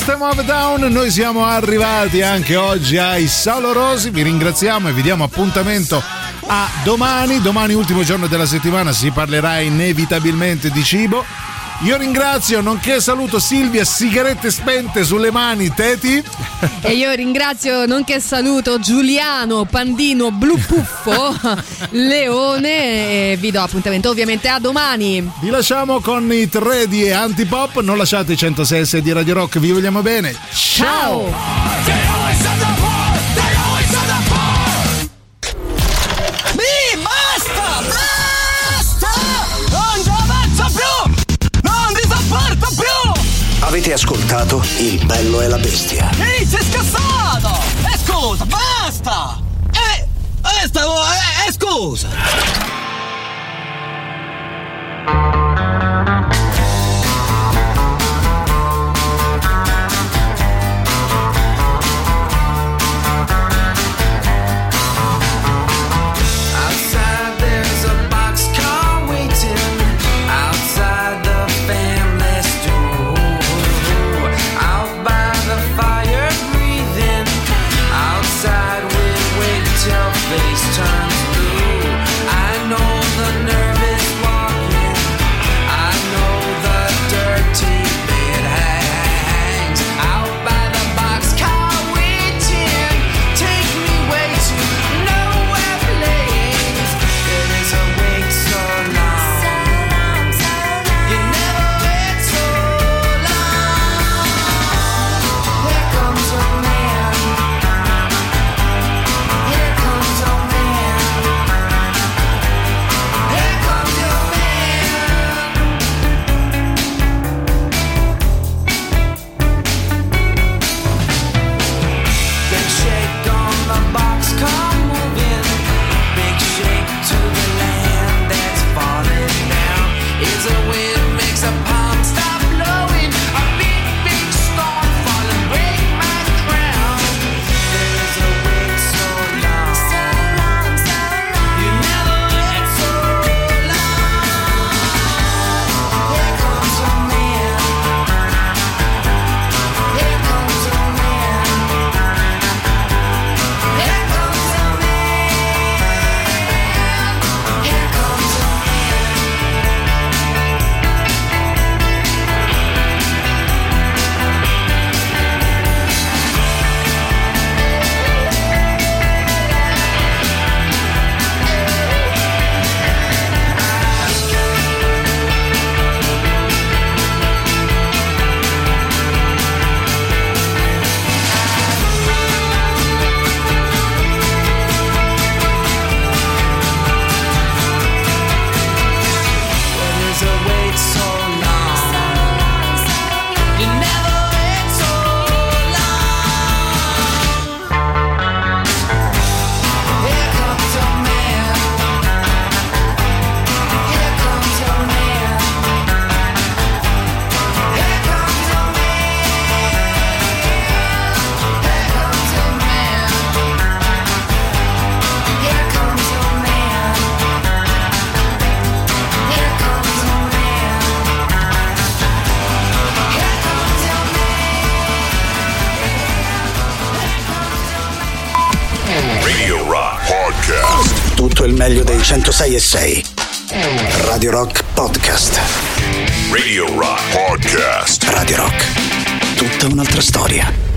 System of a Down. Noi siamo arrivati anche oggi ai Salorosi, vi ringraziamo e vi diamo appuntamento a domani, ultimo giorno della settimana, si parlerà inevitabilmente di cibo. Io ringrazio, nonché saluto Silvia, sigarette spente sulle mani, Teti. E io ringrazio, nonché saluto Giuliano, Pandino, Blu Puffo, Leone, e vi do appuntamento ovviamente a domani. Vi lasciamo con i 3 di Antipop, non lasciate i 106 di Radio Rock, vi vogliamo bene. Ciao! Avete ascoltato Il Bello e la Bestia? Ehi, sei scassato! Scusa, basta! Scusa! Tutto il meglio dei 106.6. Radio Rock Podcast. Radio Rock Podcast. Radio Rock. Tutta un'altra storia.